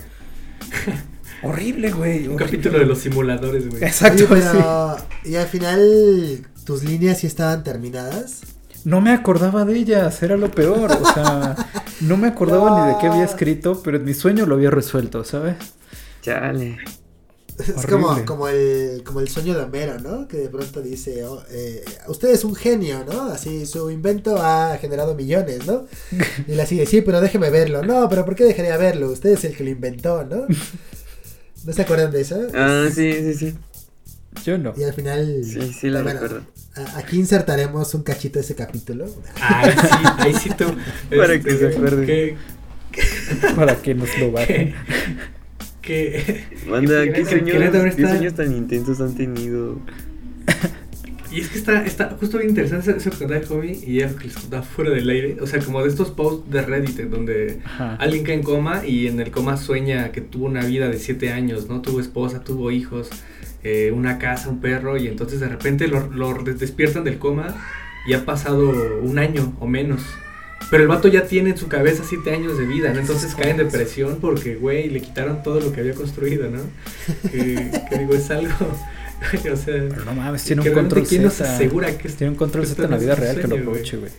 horrible, güey. Un capítulo de los simuladores, güey. Exacto, sí, pero... Sí. Y al final, ¿tus líneas sí estaban terminadas? No me acordaba de ellas, era lo peor, o sea, no me acordaba no. ni de qué había escrito, pero en mi sueño lo había resuelto, ¿sabes? Chale. Es como, como, el, como el sueño de Homero, ¿no? Que de pronto dice, oh, eh, usted es un genio, ¿no? Así, su invento ha generado millones, ¿no? Y él así de, sí, pero déjeme verlo. No, pero ¿por qué dejaría verlo? Usted es el que lo inventó, ¿no? ¿No se acuerdan de eso? Ah, sí, sí, sí. Yo no. Y al final... Sí, sí lo bueno, recuerdo. Aquí insertaremos un cachito de ese capítulo. Ahí sí, ahí sí tú. Para este, que se acuerde. Que, para que nos lo bajen. Que... Manda, que, ¿qué, que, sueños, que ¿qué está... sueños tan intensos han tenido? Y es que está, está justo bien interesante eso que contaba Joby y eso que les contaba fuera del aire. O sea, como de estos posts de Reddit donde Ajá. alguien cae en coma y en el coma sueña que tuvo una vida de siete años, ¿no? Tuvo esposa, tuvo hijos, eh, una casa, un perro, y entonces de repente lo, lo despiertan del coma y ha pasado un año o menos. Pero el vato ya tiene en su cabeza siete años de vida, ¿no? Entonces cae en depresión porque, güey, le quitaron todo lo que había construido, ¿no? Que, que digo, es algo... O sea, pero no mames, tiene un control ¿quién nos Z. asegura que tiene un control Z en la vida real, sueño, que lo aproveche, güey.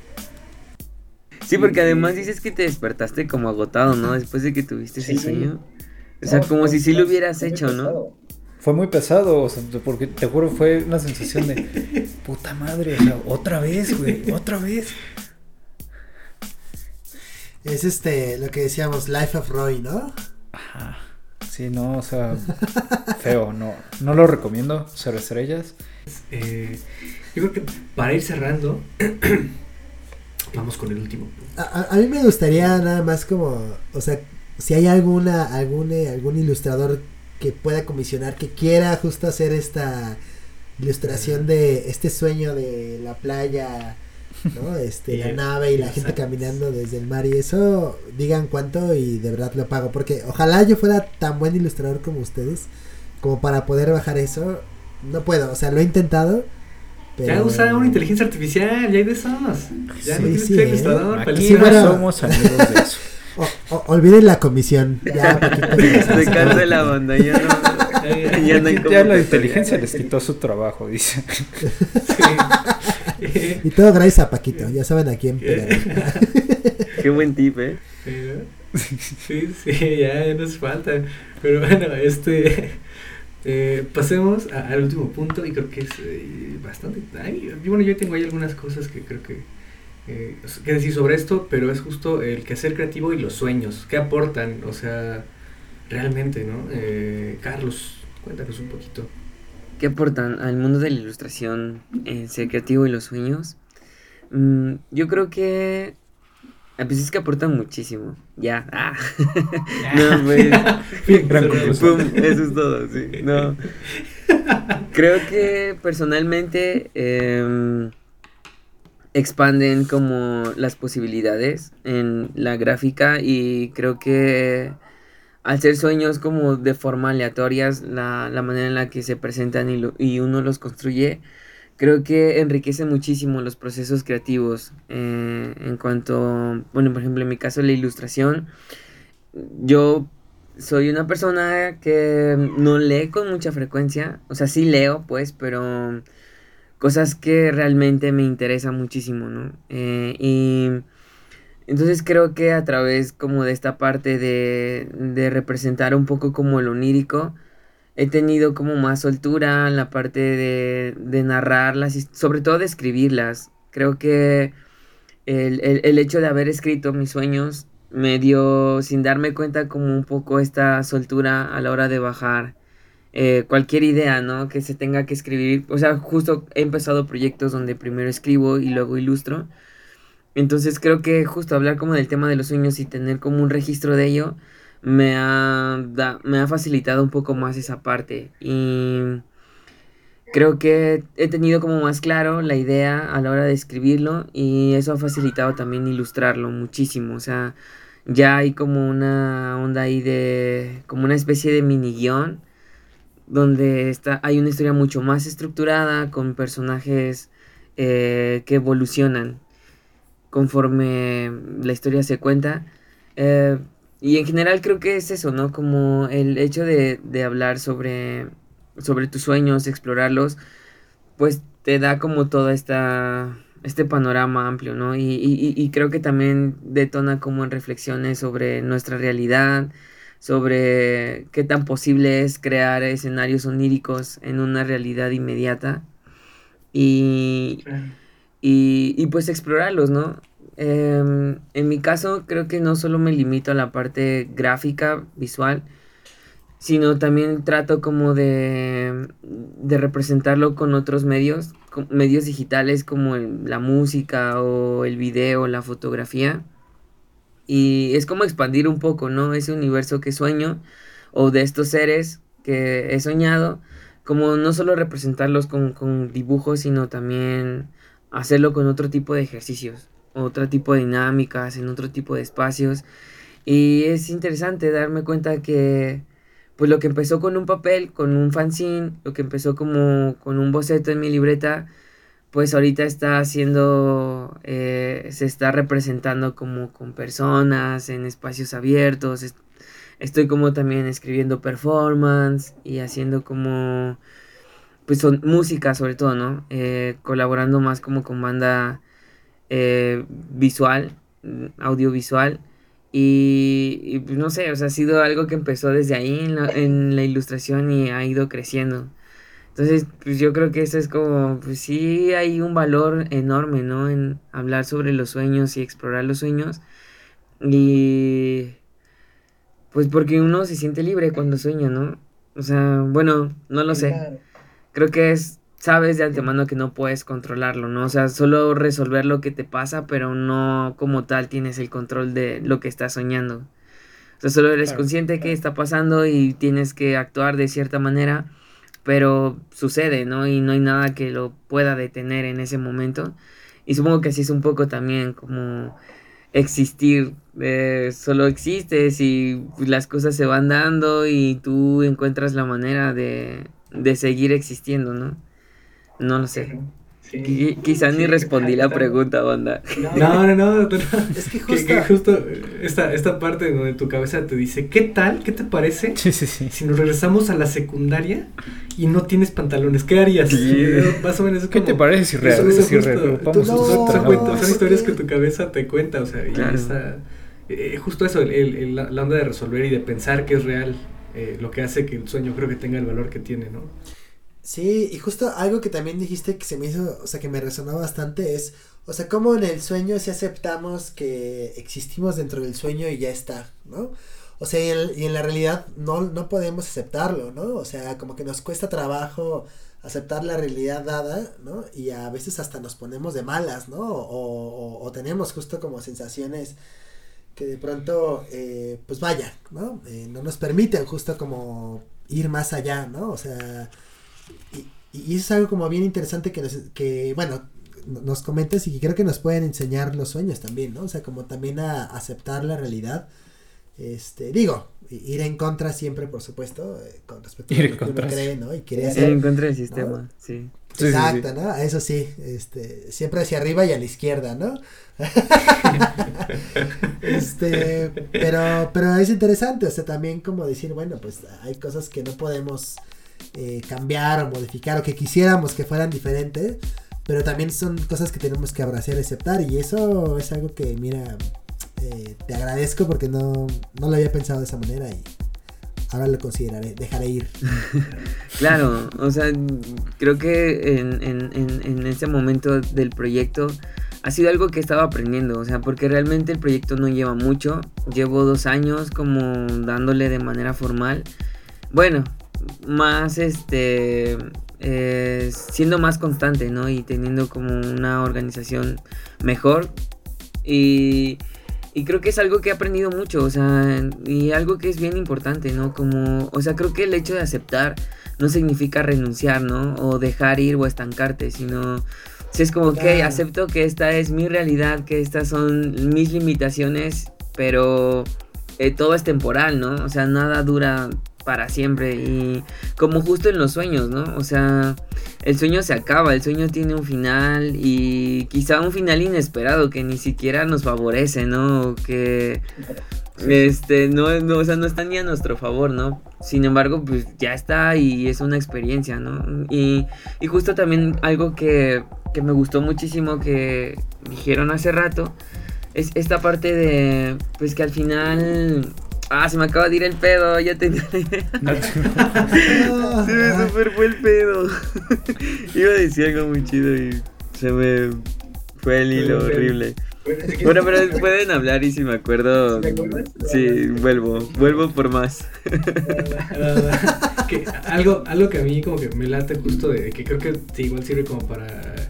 Sí, porque además dices que te despertaste como agotado, ¿no? Después de que tuviste sí. ese sueño. O sea, no, como si sí lo hubieras hecho, pesado. ¿no? Fue muy pesado, o sea, porque te juro fue una sensación de puta madre, o sea, otra vez, güey, otra vez. Es este, lo que decíamos, Life of Roy, ¿no? Ajá. Sí, no, o sea, feo, no, no lo recomiendo, cero estrellas. Eh, yo creo que para ir cerrando, vamos con el último. A, a, a mí me gustaría nada más como, o sea, si hay alguna, algún, eh, algún ilustrador que pueda comisionar, que quiera justo hacer esta ilustración de este sueño de la playa, ¿no? Este, la nave y la gente caminando desde el mar y eso, digan cuánto y de verdad lo pago, porque ojalá yo fuera tan buen ilustrador como ustedes, como para poder bajar eso. No puedo, o sea, lo he intentado, pero... Ya usa una inteligencia artificial, ya hay de esos. Ya sí, no tienes sí, que ser ilustrador. ¿eh? Aquí sí, bueno, somos amigos de eso. O, o, olviden la comisión. Ya, se cansa la banda, ya no... Ya, no ya la inteligencia les quitó su trabajo, dice. Sí. Y todo gracias a Paquito, ya saben a quién pegar. Qué buen tip, ¿eh? Sí, sí, ya, ya nos falta. Pero bueno, este... Eh, pasemos a, al último punto y creo que es eh, bastante... Ay, bueno, yo tengo ahí algunas cosas que creo que... Eh, que decir sobre esto, pero es justo el quehacer creativo y los sueños. ¿Qué aportan? O sea... Realmente, ¿no? Eh, Carlos, cuéntanos un poquito. ¿Qué aportan al mundo de la ilustración, el ser creativo y los sueños? Mm, yo creo que... Pues es que aportan muchísimo. Ya. Ah. No, pues... Gran pum, eso es todo, sí. No. Creo que personalmente eh, expanden como las posibilidades en la gráfica y creo que... Al ser sueños como de forma aleatorias, la, la manera en la que se presentan y, lo, y uno los construye, creo que enriquece muchísimo los procesos creativos. Eh, en cuanto, bueno, por ejemplo, en mi caso, la ilustración, yo soy una persona que no lee con mucha frecuencia, o sea, sí leo, pues, pero cosas que realmente me interesan muchísimo, ¿no? Eh, y entonces creo que a través como de esta parte de, de representar un poco como lo onírico, he tenido como más soltura en la parte de, de narrarlas y sobre todo de escribirlas. Creo que el, el, el hecho de haber escrito mis sueños me dio, sin darme cuenta, como un poco esta soltura a la hora de bajar eh, cualquier idea, ¿no? Que se tenga que escribir. O sea, justo he empezado proyectos donde primero escribo y luego ilustro. Entonces creo que justo hablar como del tema de los sueños y tener como un registro de ello me ha, da- me ha facilitado un poco más esa parte. Y creo que he tenido como más claro la idea a la hora de escribirlo y eso ha facilitado también ilustrarlo muchísimo. O sea, ya hay como una onda ahí de, como una especie de mini guión donde está, hay una historia mucho más estructurada con personajes eh, que evolucionan conforme la historia se cuenta. Eh, y en general creo que es eso, ¿no? Como el hecho de, de hablar sobre, sobre tus sueños, explorarlos, pues te da como todo esta, este panorama amplio, ¿no? Y, y, y creo que también detona como en reflexiones sobre nuestra realidad, sobre qué tan posible es crear escenarios oníricos en una realidad inmediata y, Claro. y, y pues explorarlos, ¿no? Em, en mi caso creo que no solo me limito a la parte gráfica, visual, sino también trato como de, de representarlo con otros medios, con medios digitales como el- la música o el video, la fotografía. Y es como expandir un poco, ¿no? Ese universo que sueño o de estos seres que he soñado, como no solo representarlos con, con dibujos, sino también hacerlo con otro tipo de ejercicios, otro tipo de dinámicas, en otro tipo de espacios. Y es interesante darme cuenta que, pues lo que empezó con un papel, con un fanzine, lo que empezó como con un boceto en mi libreta, pues ahorita está haciendo, eh, se está representando como con personas en espacios abiertos. est- Estoy como también escribiendo performance y haciendo como, pues son música sobre todo, ¿no? Eh, colaborando más como con banda eh, visual, mm, audiovisual. Y, y, pues, no sé, o sea, ha sido algo que empezó desde ahí en la, en la ilustración y ha ido creciendo. Entonces, pues yo creo que eso es como, pues sí hay un valor enorme, ¿no? En hablar sobre los sueños y explorar los sueños. Y pues porque uno se siente libre cuando sueña, ¿no? O sea, bueno, no lo sé. Claro. Creo que es, sabes de antemano que no puedes controlarlo, ¿no? O sea, solo resolver lo que te pasa, pero no como tal tienes el control de lo que estás soñando. O sea, solo eres Claro. consciente que está pasando y tienes que actuar de cierta manera, pero sucede, ¿no? Y no hay nada que lo pueda detener en ese momento. Y supongo que así es un poco también como existir, eh, solo existes y pues, las cosas se van dando y tú encuentras la manera de, de seguir existiendo, ¿no? No lo sé. Claro. Sí. Qui- quizá ni Sí, respondí la está- pregunta, banda. No, no, no, no, no. Es que Que, que justo- justo eh, esta, esta parte donde tu cabeza te dice, ¿qué tal? ¿Qué te parece Sí, sí, sí. si nos regresamos a la secundaria y no tienes pantalones? ¿Qué harías? Sí. Eh, Más o menos es ¿Qué como... te parece si, re- Eso- eso si justo. reagrupamos No, tus Son, son no, cuentos, traumas? son historias porque- que tu cabeza te cuenta, o sea, y Claro. esa, eh, justo eso, el, el- el- la, la onda de resolver y de pensar que es real, eh, lo que hace que el sueño creo que tenga el valor que tiene, ¿no? Sí, y justo algo que también dijiste que se me hizo, o sea, que me resonó bastante es, o sea, como en el sueño si aceptamos que existimos dentro del sueño y ya está, ¿no? O sea, y en, y en la realidad no, no podemos aceptarlo, ¿no? O sea, como que nos cuesta trabajo aceptar la realidad dada, ¿no? Y a veces hasta nos ponemos de malas, ¿no? O, o, o tenemos justo como sensaciones que de pronto, eh, pues vaya, ¿no? Eh, no nos permiten justo como ir más allá, ¿no? O sea... Y, y eso es algo como bien interesante que, nos, que bueno, nos comentas y que creo que nos pueden enseñar los sueños también, ¿no? O sea, como también a aceptar la realidad. Este, digo, ir en contra siempre, por supuesto, eh, con respecto Ir a en lo que uno contra, cree, ¿no? Y quiere Sí, hacer. encontré el sistema, sí. Sí, sí, Exacto, sí. ¿no? Eso sí, este, siempre hacia arriba y a la izquierda, ¿no? este, Este, pero, pero es interesante, o sea, también como decir, bueno, pues hay cosas que no podemos eh, cambiar o modificar o que quisiéramos que fueran diferentes, pero también son cosas que tenemos que abrazar y aceptar, y eso es algo que, mira, eh, te agradezco porque no, no lo había pensado de esa manera y ahora lo consideraré, dejaré ir. Claro, o sea, creo que en, en, en, en ese momento del proyecto ha sido algo que he estado aprendiendo, o sea, porque realmente el proyecto no lleva mucho, llevo dos años como dándole de manera formal, bueno, más este, eh, siendo más constante, ¿no? Y teniendo como una organización mejor y... Y creo que es algo que he aprendido mucho, o sea, y algo que es bien importante, ¿no? Como, o sea, creo que el hecho de aceptar no significa renunciar, ¿no? O dejar ir o estancarte, sino, si es como, Claro. ok, acepto que esta es mi realidad, que estas son mis limitaciones, pero eh, todo es temporal, ¿no? O sea, nada dura para siempre y como justo en los sueños, ¿no? O sea, el sueño se acaba, el sueño tiene un final y quizá un final inesperado que ni siquiera nos favorece, ¿no? Que este no, no, o sea, no está ni a nuestro favor, ¿no? Sin embargo, pues ya está y es una experiencia, ¿no? Y, y justo también algo que, que me gustó muchísimo que dijeron hace rato es esta parte de, pues que al final... Ah, se me acaba de ir el pedo, ya tenía la idea. Se me super fue el pedo. Iba a decir algo muy chido y se me fue el hilo horrible. Bueno, pero pueden hablar y si me acuerdo, ¿Te acuerdas? sí, vuelvo, vuelvo por más. que algo, algo que a mí como que me late justo de que creo que sí, igual sirve como para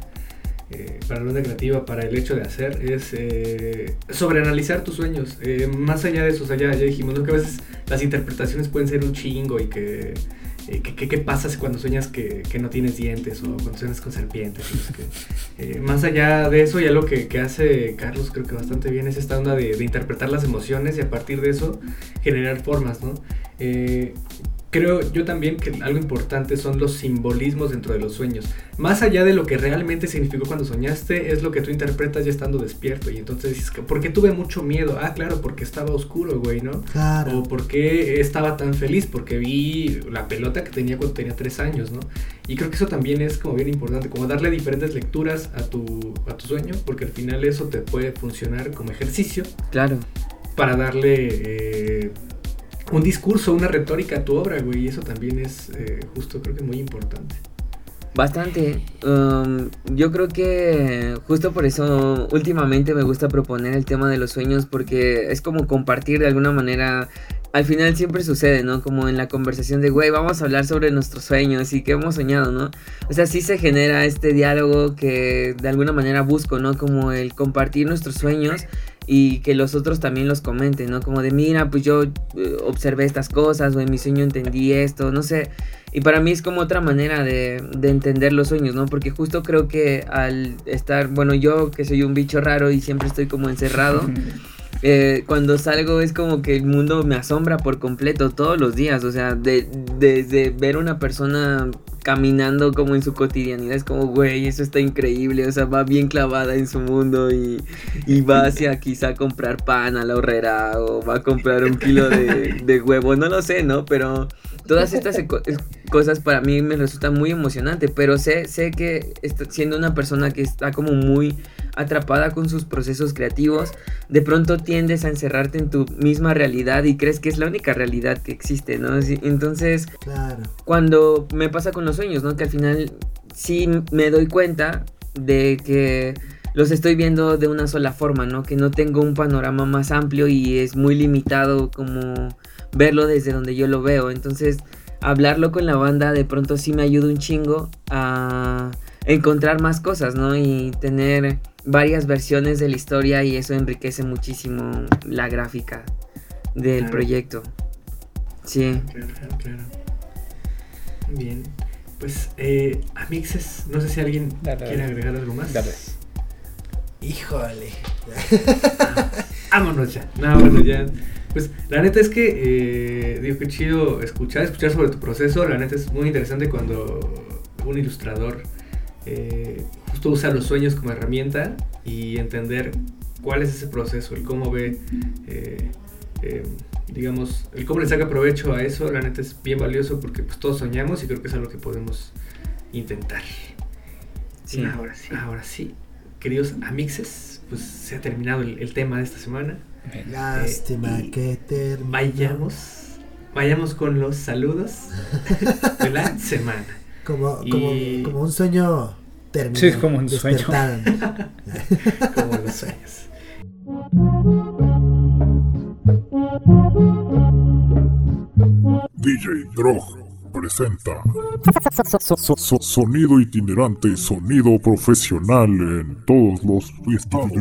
eh, para la onda creativa, para el hecho de hacer, es eh, sobreanalizar tus sueños. Eh, más allá de eso, o sea, ya, ya dijimos, ¿no? Que a veces las interpretaciones pueden ser un chingo y que eh, ¿qué, qué, qué pasa cuando sueñas que, que no tienes dientes o cuando sueñas con serpientes? Y no sé qué. Eh, más allá de eso, ya lo que, que hace Carlos creo que bastante bien es esta onda de, de interpretar las emociones y a partir de eso generar formas, ¿no? Eh, Creo yo también que algo importante son los simbolismos dentro de los sueños. Más allá de lo que realmente significó cuando soñaste, es lo que tú interpretas ya estando despierto. Y entonces dices, ¿por qué tuve mucho miedo? Ah, claro, porque estaba oscuro, güey, ¿no? Claro. O ¿por qué estaba tan feliz? Porque vi la pelota que tenía cuando tenía tres años, ¿no? Y creo que eso también es como bien importante, como darle diferentes lecturas a tu, a tu sueño, porque al final eso te puede funcionar como ejercicio. Claro. Para darle... Eh, un discurso, una retórica a tu obra, güey, y eso también es eh, justo, creo que muy importante. Bastante. Um, yo creo que justo por eso últimamente me gusta proponer el tema de los sueños porque es como compartir de alguna manera. Al final siempre sucede, ¿no? Como en la conversación de, güey, vamos a hablar sobre nuestros sueños y qué hemos soñado, ¿no? O sea, sí se genera este diálogo que de alguna manera busco, ¿no? Como el compartir nuestros sueños y que los otros también los comenten, ¿no? Como de, mira, pues yo eh, observé estas cosas o en mi sueño entendí esto, no sé. Y para mí es como otra manera de, de entender los sueños, ¿no? Porque justo creo que al estar, bueno, yo que soy un bicho raro y siempre estoy como encerrado... Eh, cuando salgo es como que el mundo me asombra por completo todos los días, o sea, de, desde ver una persona caminando como en su cotidianidad, es como, güey, eso está increíble, o sea, va bien clavada en su mundo y, y va hacia quizá a comprar pan a la horrera o va a comprar un kilo de, de huevo, no lo sé, ¿no? Pero todas estas eco- cosas para mí me resultan muy emocionante, pero sé, sé que está, siendo una persona que está como muy atrapada con sus procesos creativos, de pronto tiendes a encerrarte en tu misma realidad y crees que es la única realidad que existe, ¿no? Entonces, claro. Cuando me pasa con los sueños, ¿no? Que al final sí me doy cuenta de que los estoy viendo de una sola forma, ¿no? Que no tengo un panorama más amplio y es muy limitado como verlo desde donde yo lo veo. Entonces, hablarlo con la banda de pronto sí me ayuda un chingo a encontrar más cosas, ¿no? Y tener varias versiones de la historia y eso enriquece muchísimo la gráfica del Claro. proyecto. Sí. Claro, claro, claro. Bien. Pues, eh, Amixes, no sé si alguien Dale, quiere dale. agregar algo más. Dale. Híjole. Vámonos ya. No, bueno, ya. Pues la neta es que, eh, digo, qué chido escuchar, escuchar sobre tu proceso. La neta es muy interesante cuando un ilustrador eh, justo usa los sueños como herramienta y entender cuál es ese proceso, el cómo ve, eh, eh, digamos, el cómo le saca provecho a eso, la neta es bien valioso porque pues todos soñamos y creo que es algo que podemos intentar. Sí. Y ahora sí, ahora sí, queridos amixes, pues se ha terminado el, el tema de esta semana. Lástima Eh, y que terminó. Vayamos, vayamos con los saludos de la semana. Como, Y- como, como un sueño terminó. Sí, es como un sueño. Despertaron. Como los sueños. D J Drog presenta so- so- so- Sonido itinerante, sonido profesional en todos los estados.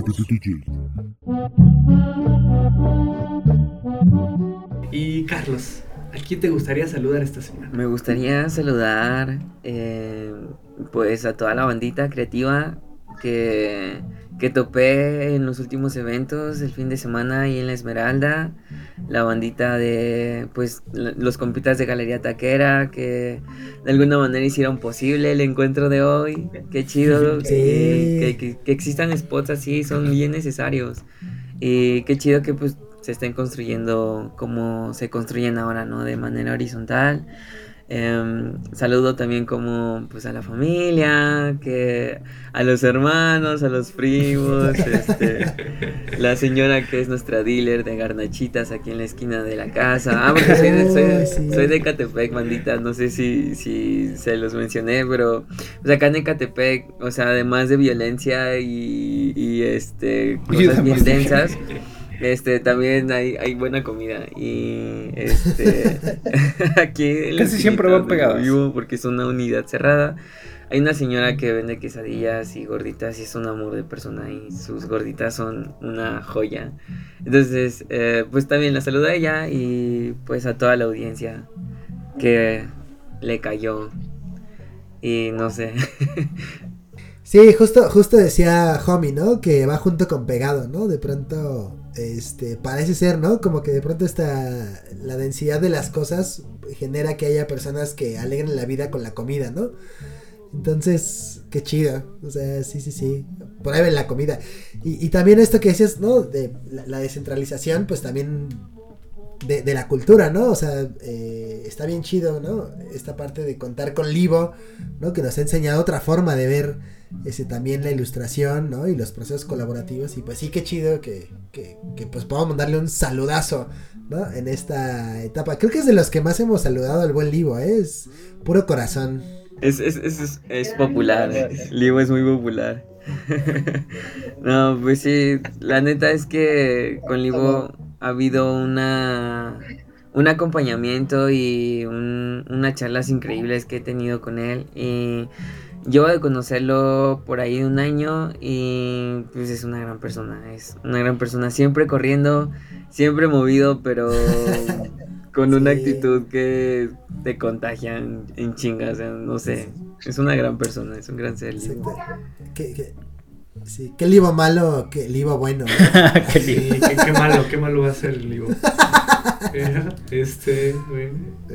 Y Carlos, ¿a quién te gustaría saludar esta semana? Me gustaría saludar eh, pues a toda la bandita creativa que, que topé en los últimos eventos el fin de semana ahí en la Esmeralda, la bandita de pues l- los compitas de Galería Taquera que de alguna manera hicieron posible el encuentro de hoy. Qué chido Sí. eh, que, que- que existan spots así, son bien necesarios. Y qué chido que pues se estén construyendo como se construyen ahora, ¿no? De manera horizontal. Em, saludo también como pues a la familia, que a los hermanos, a los primos, este, la señora que es nuestra dealer de garnachitas aquí en la esquina de la casa. Ah, porque soy de, soy de- Oh, sí. soy de Ecatepec, bandita, no sé si, si se los mencioné, pero pues acá en Ecatepec, o sea, además de violencia y, y este Y cosas bien además de- densas. Este, también hay, hay buena comida y este aquí en la Casi siempre esquinita van donde pegadas. vivo, porque es una unidad cerrada. Hay una señora que vende quesadillas y gorditas y es un amor de persona y sus gorditas son una joya. Entonces, eh, pues también la saludo a ella y pues a toda la audiencia que le cayó y no sé. Sí, justo, justo decía Homie, ¿no? Que va junto con pegado, ¿no? De pronto, este, parece ser, ¿no? Como que de pronto esta, la densidad de las cosas genera que haya personas que alegren la vida con la comida, ¿no? Entonces, qué chido. O sea, sí, sí, sí. Prueben la comida. Y, y también esto que decías, ¿no? De la, la descentralización, pues también de, de la cultura, ¿no? O sea, eh, está bien chido, ¿no? Esta parte de contar con Livo, ¿no? Que nos ha enseñado otra forma de ver ese también la ilustración, ¿no? Y los procesos colaborativos. Y pues sí, qué chido que, que, que pues podamos darle un saludazo, ¿no? En esta etapa. Creo que es de los que más hemos saludado al buen Livo, ¿eh? Es puro corazón. Es, es, es, es, es popular, Livo es muy popular. No, pues sí, la neta es que con Livo ha habido una un acompañamiento y un, unas charlas increíbles que he tenido con él. Y llevo de conocerlo por ahí un año y pues es una gran persona, es una gran persona, siempre corriendo, siempre movido, pero con una Sí. actitud que te contagia en, en chingas, o sea, no sé, es una gran persona, es un gran ser. Livo. Exacto. ¿Qué, qué, sí, qué Livo malo, qué Livo bueno, ¿no? Qué Sí, lindo. qué, qué malo, qué malo va a ser el Livo. Eh, este, bueno.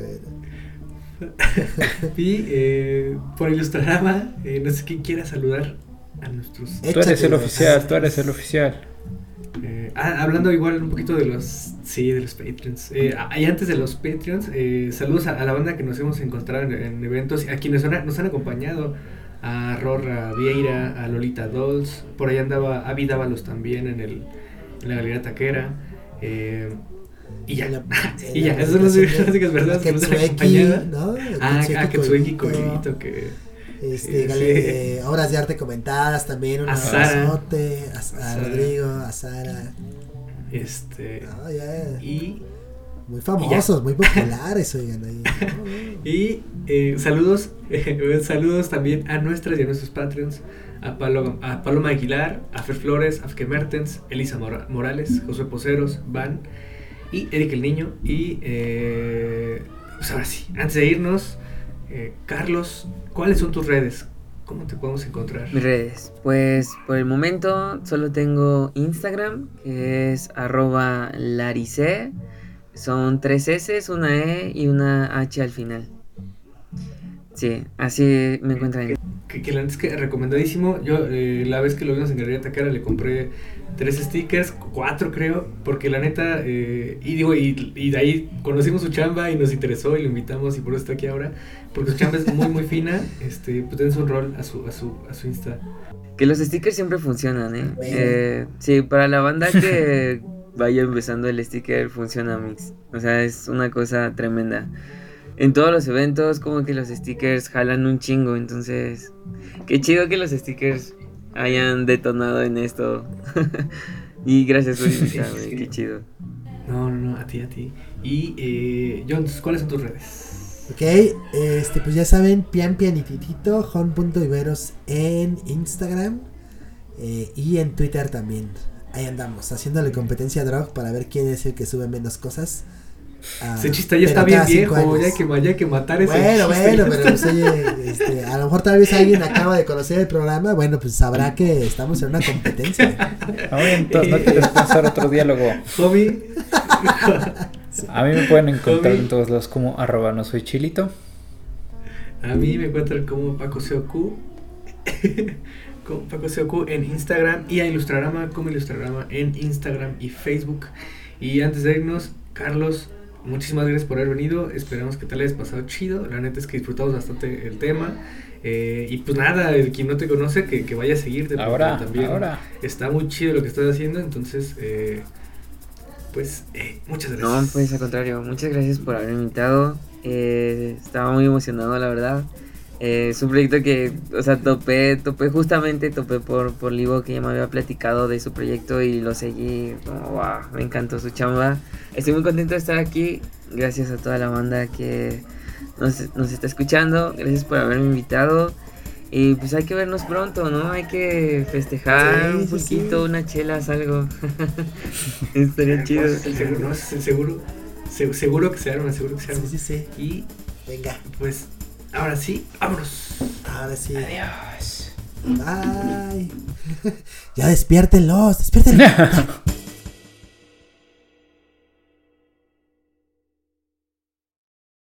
Y eh, por Ilustrarama, eh, no sé quién quiera saludar a nuestros. Tú eres el Échatelo. oficial, tú eres el oficial. Eh, ah, hablando igual un poquito de los. Sí, de los Patreons. Eh, ah, y antes de los Patreons, eh, saludos a, a la banda que nos hemos encontrado en, en eventos, a quienes son- nos han acompañado. A Rorra Vieira, a Lolita Dolls, por ahí andaba Avi Dávalos también en, el, en la Galería Taquera. Eh, y ya, La- y ya, la esas son las presentación únicas de- personas que nos han Ketsueki, acompañado. ¿no? Ah, Ketsueki a Ketsueki Koirito, Koirito, que Este, Sí, gale- sí. eh, obras de arte comentadas también, un A Sara. abrazote, a, a Sara. Rodrigo, a Sara. este No, ya, y muy famosos, muy populares, oigan ahí. ¿no? y eh, saludos eh, saludos también a nuestras y a nuestros Patreons, a, Palo- a Paloma Aguilar, a Fer Flores, a Fke Mertens, Elisa Mora- Morales, Josué Poceros, Van y Eric el Niño. Y eh, pues ahora sí, antes de irnos, eh, Carlos, ¿cuáles son tus redes? ¿Cómo te podemos encontrar? Mis redes, pues por el momento solo tengo Instagram, que es arroba larice, son tres S, una E y una H al final. Sí, así me encuentran. Que, que la neta es que recomendadísimo. Yo eh, la vez que lo vimos en Galería Taquera le compré tres stickers, cuatro creo, porque la neta, eh, y digo, y, y de ahí conocimos su chamba y nos interesó y lo invitamos y por eso está aquí ahora, porque su chamba es muy muy fina, este, pues dense un rol a su, a su, a su Insta. Que los stickers siempre funcionan, ¿eh? eh sí, para la banda que vaya empezando el sticker funciona mix, o sea, es una cosa tremenda. En todos los eventos como que los stickers jalan un chingo, entonces qué chido que los stickers hayan detonado en esto. Y gracias por invitarme, sí, sí. Qué chido. No, no, no, a ti, a ti. Y, eh, John, ¿cuáles son tus redes? Ok, este, pues ya saben, pian pianititito, jon.iberos en Instagram eh, y en Twitter también. Ahí andamos, haciéndole competencia a Drog para ver quién es el que sube menos cosas. Ah, ese chiste ya está bien viejo, ya hay, que, ya hay que matar ese bueno, chiste. Bueno, pero pues oye, este, a lo mejor tal vez alguien acaba de conocer el programa, bueno, pues sabrá que estamos en una competencia. Oye, entonces no quieres pensar otro diálogo. Hobby. A mí me pueden encontrar Hobby. En todos lados como arroba no soy chilito. A mí me encuentran como Paco Seoku. Como Paco Seoku en Instagram y a Ilustrarama como Ilustrarama en Instagram y Facebook. Y antes de irnos, Carlos, muchísimas gracias por haber venido, esperamos que te hayas pasado chido, la neta es que disfrutamos bastante el tema, eh, y pues nada, el quien no te conoce, que, que vaya a seguirte, ahora, también ahora. Está muy chido lo que estás haciendo, entonces, eh, pues, eh, muchas gracias. No, pues al contrario, muchas gracias por haberme invitado, eh, estaba muy emocionado la verdad, eh, es un proyecto que, o sea, topé, topé justamente, topé por, por Livo, que ya me había platicado de su proyecto y lo seguí, como, wow, me encantó su chamba. Estoy muy contento de estar aquí, gracias a toda la banda que nos, nos está escuchando, gracias por haberme invitado y pues hay que vernos pronto, ¿no? Hay que festejar sí, un sí, poquito, sí. unas chelas, algo. Estaría chido. Pues, el seguro, no, seguro, seguro, seguro que se arma, seguro que se arma. Sí, sí, sí. Y, venga, pues, ahora sí, vámonos. ahora sí. Adiós. Bye. Ya despiértenlos, despiértenlos.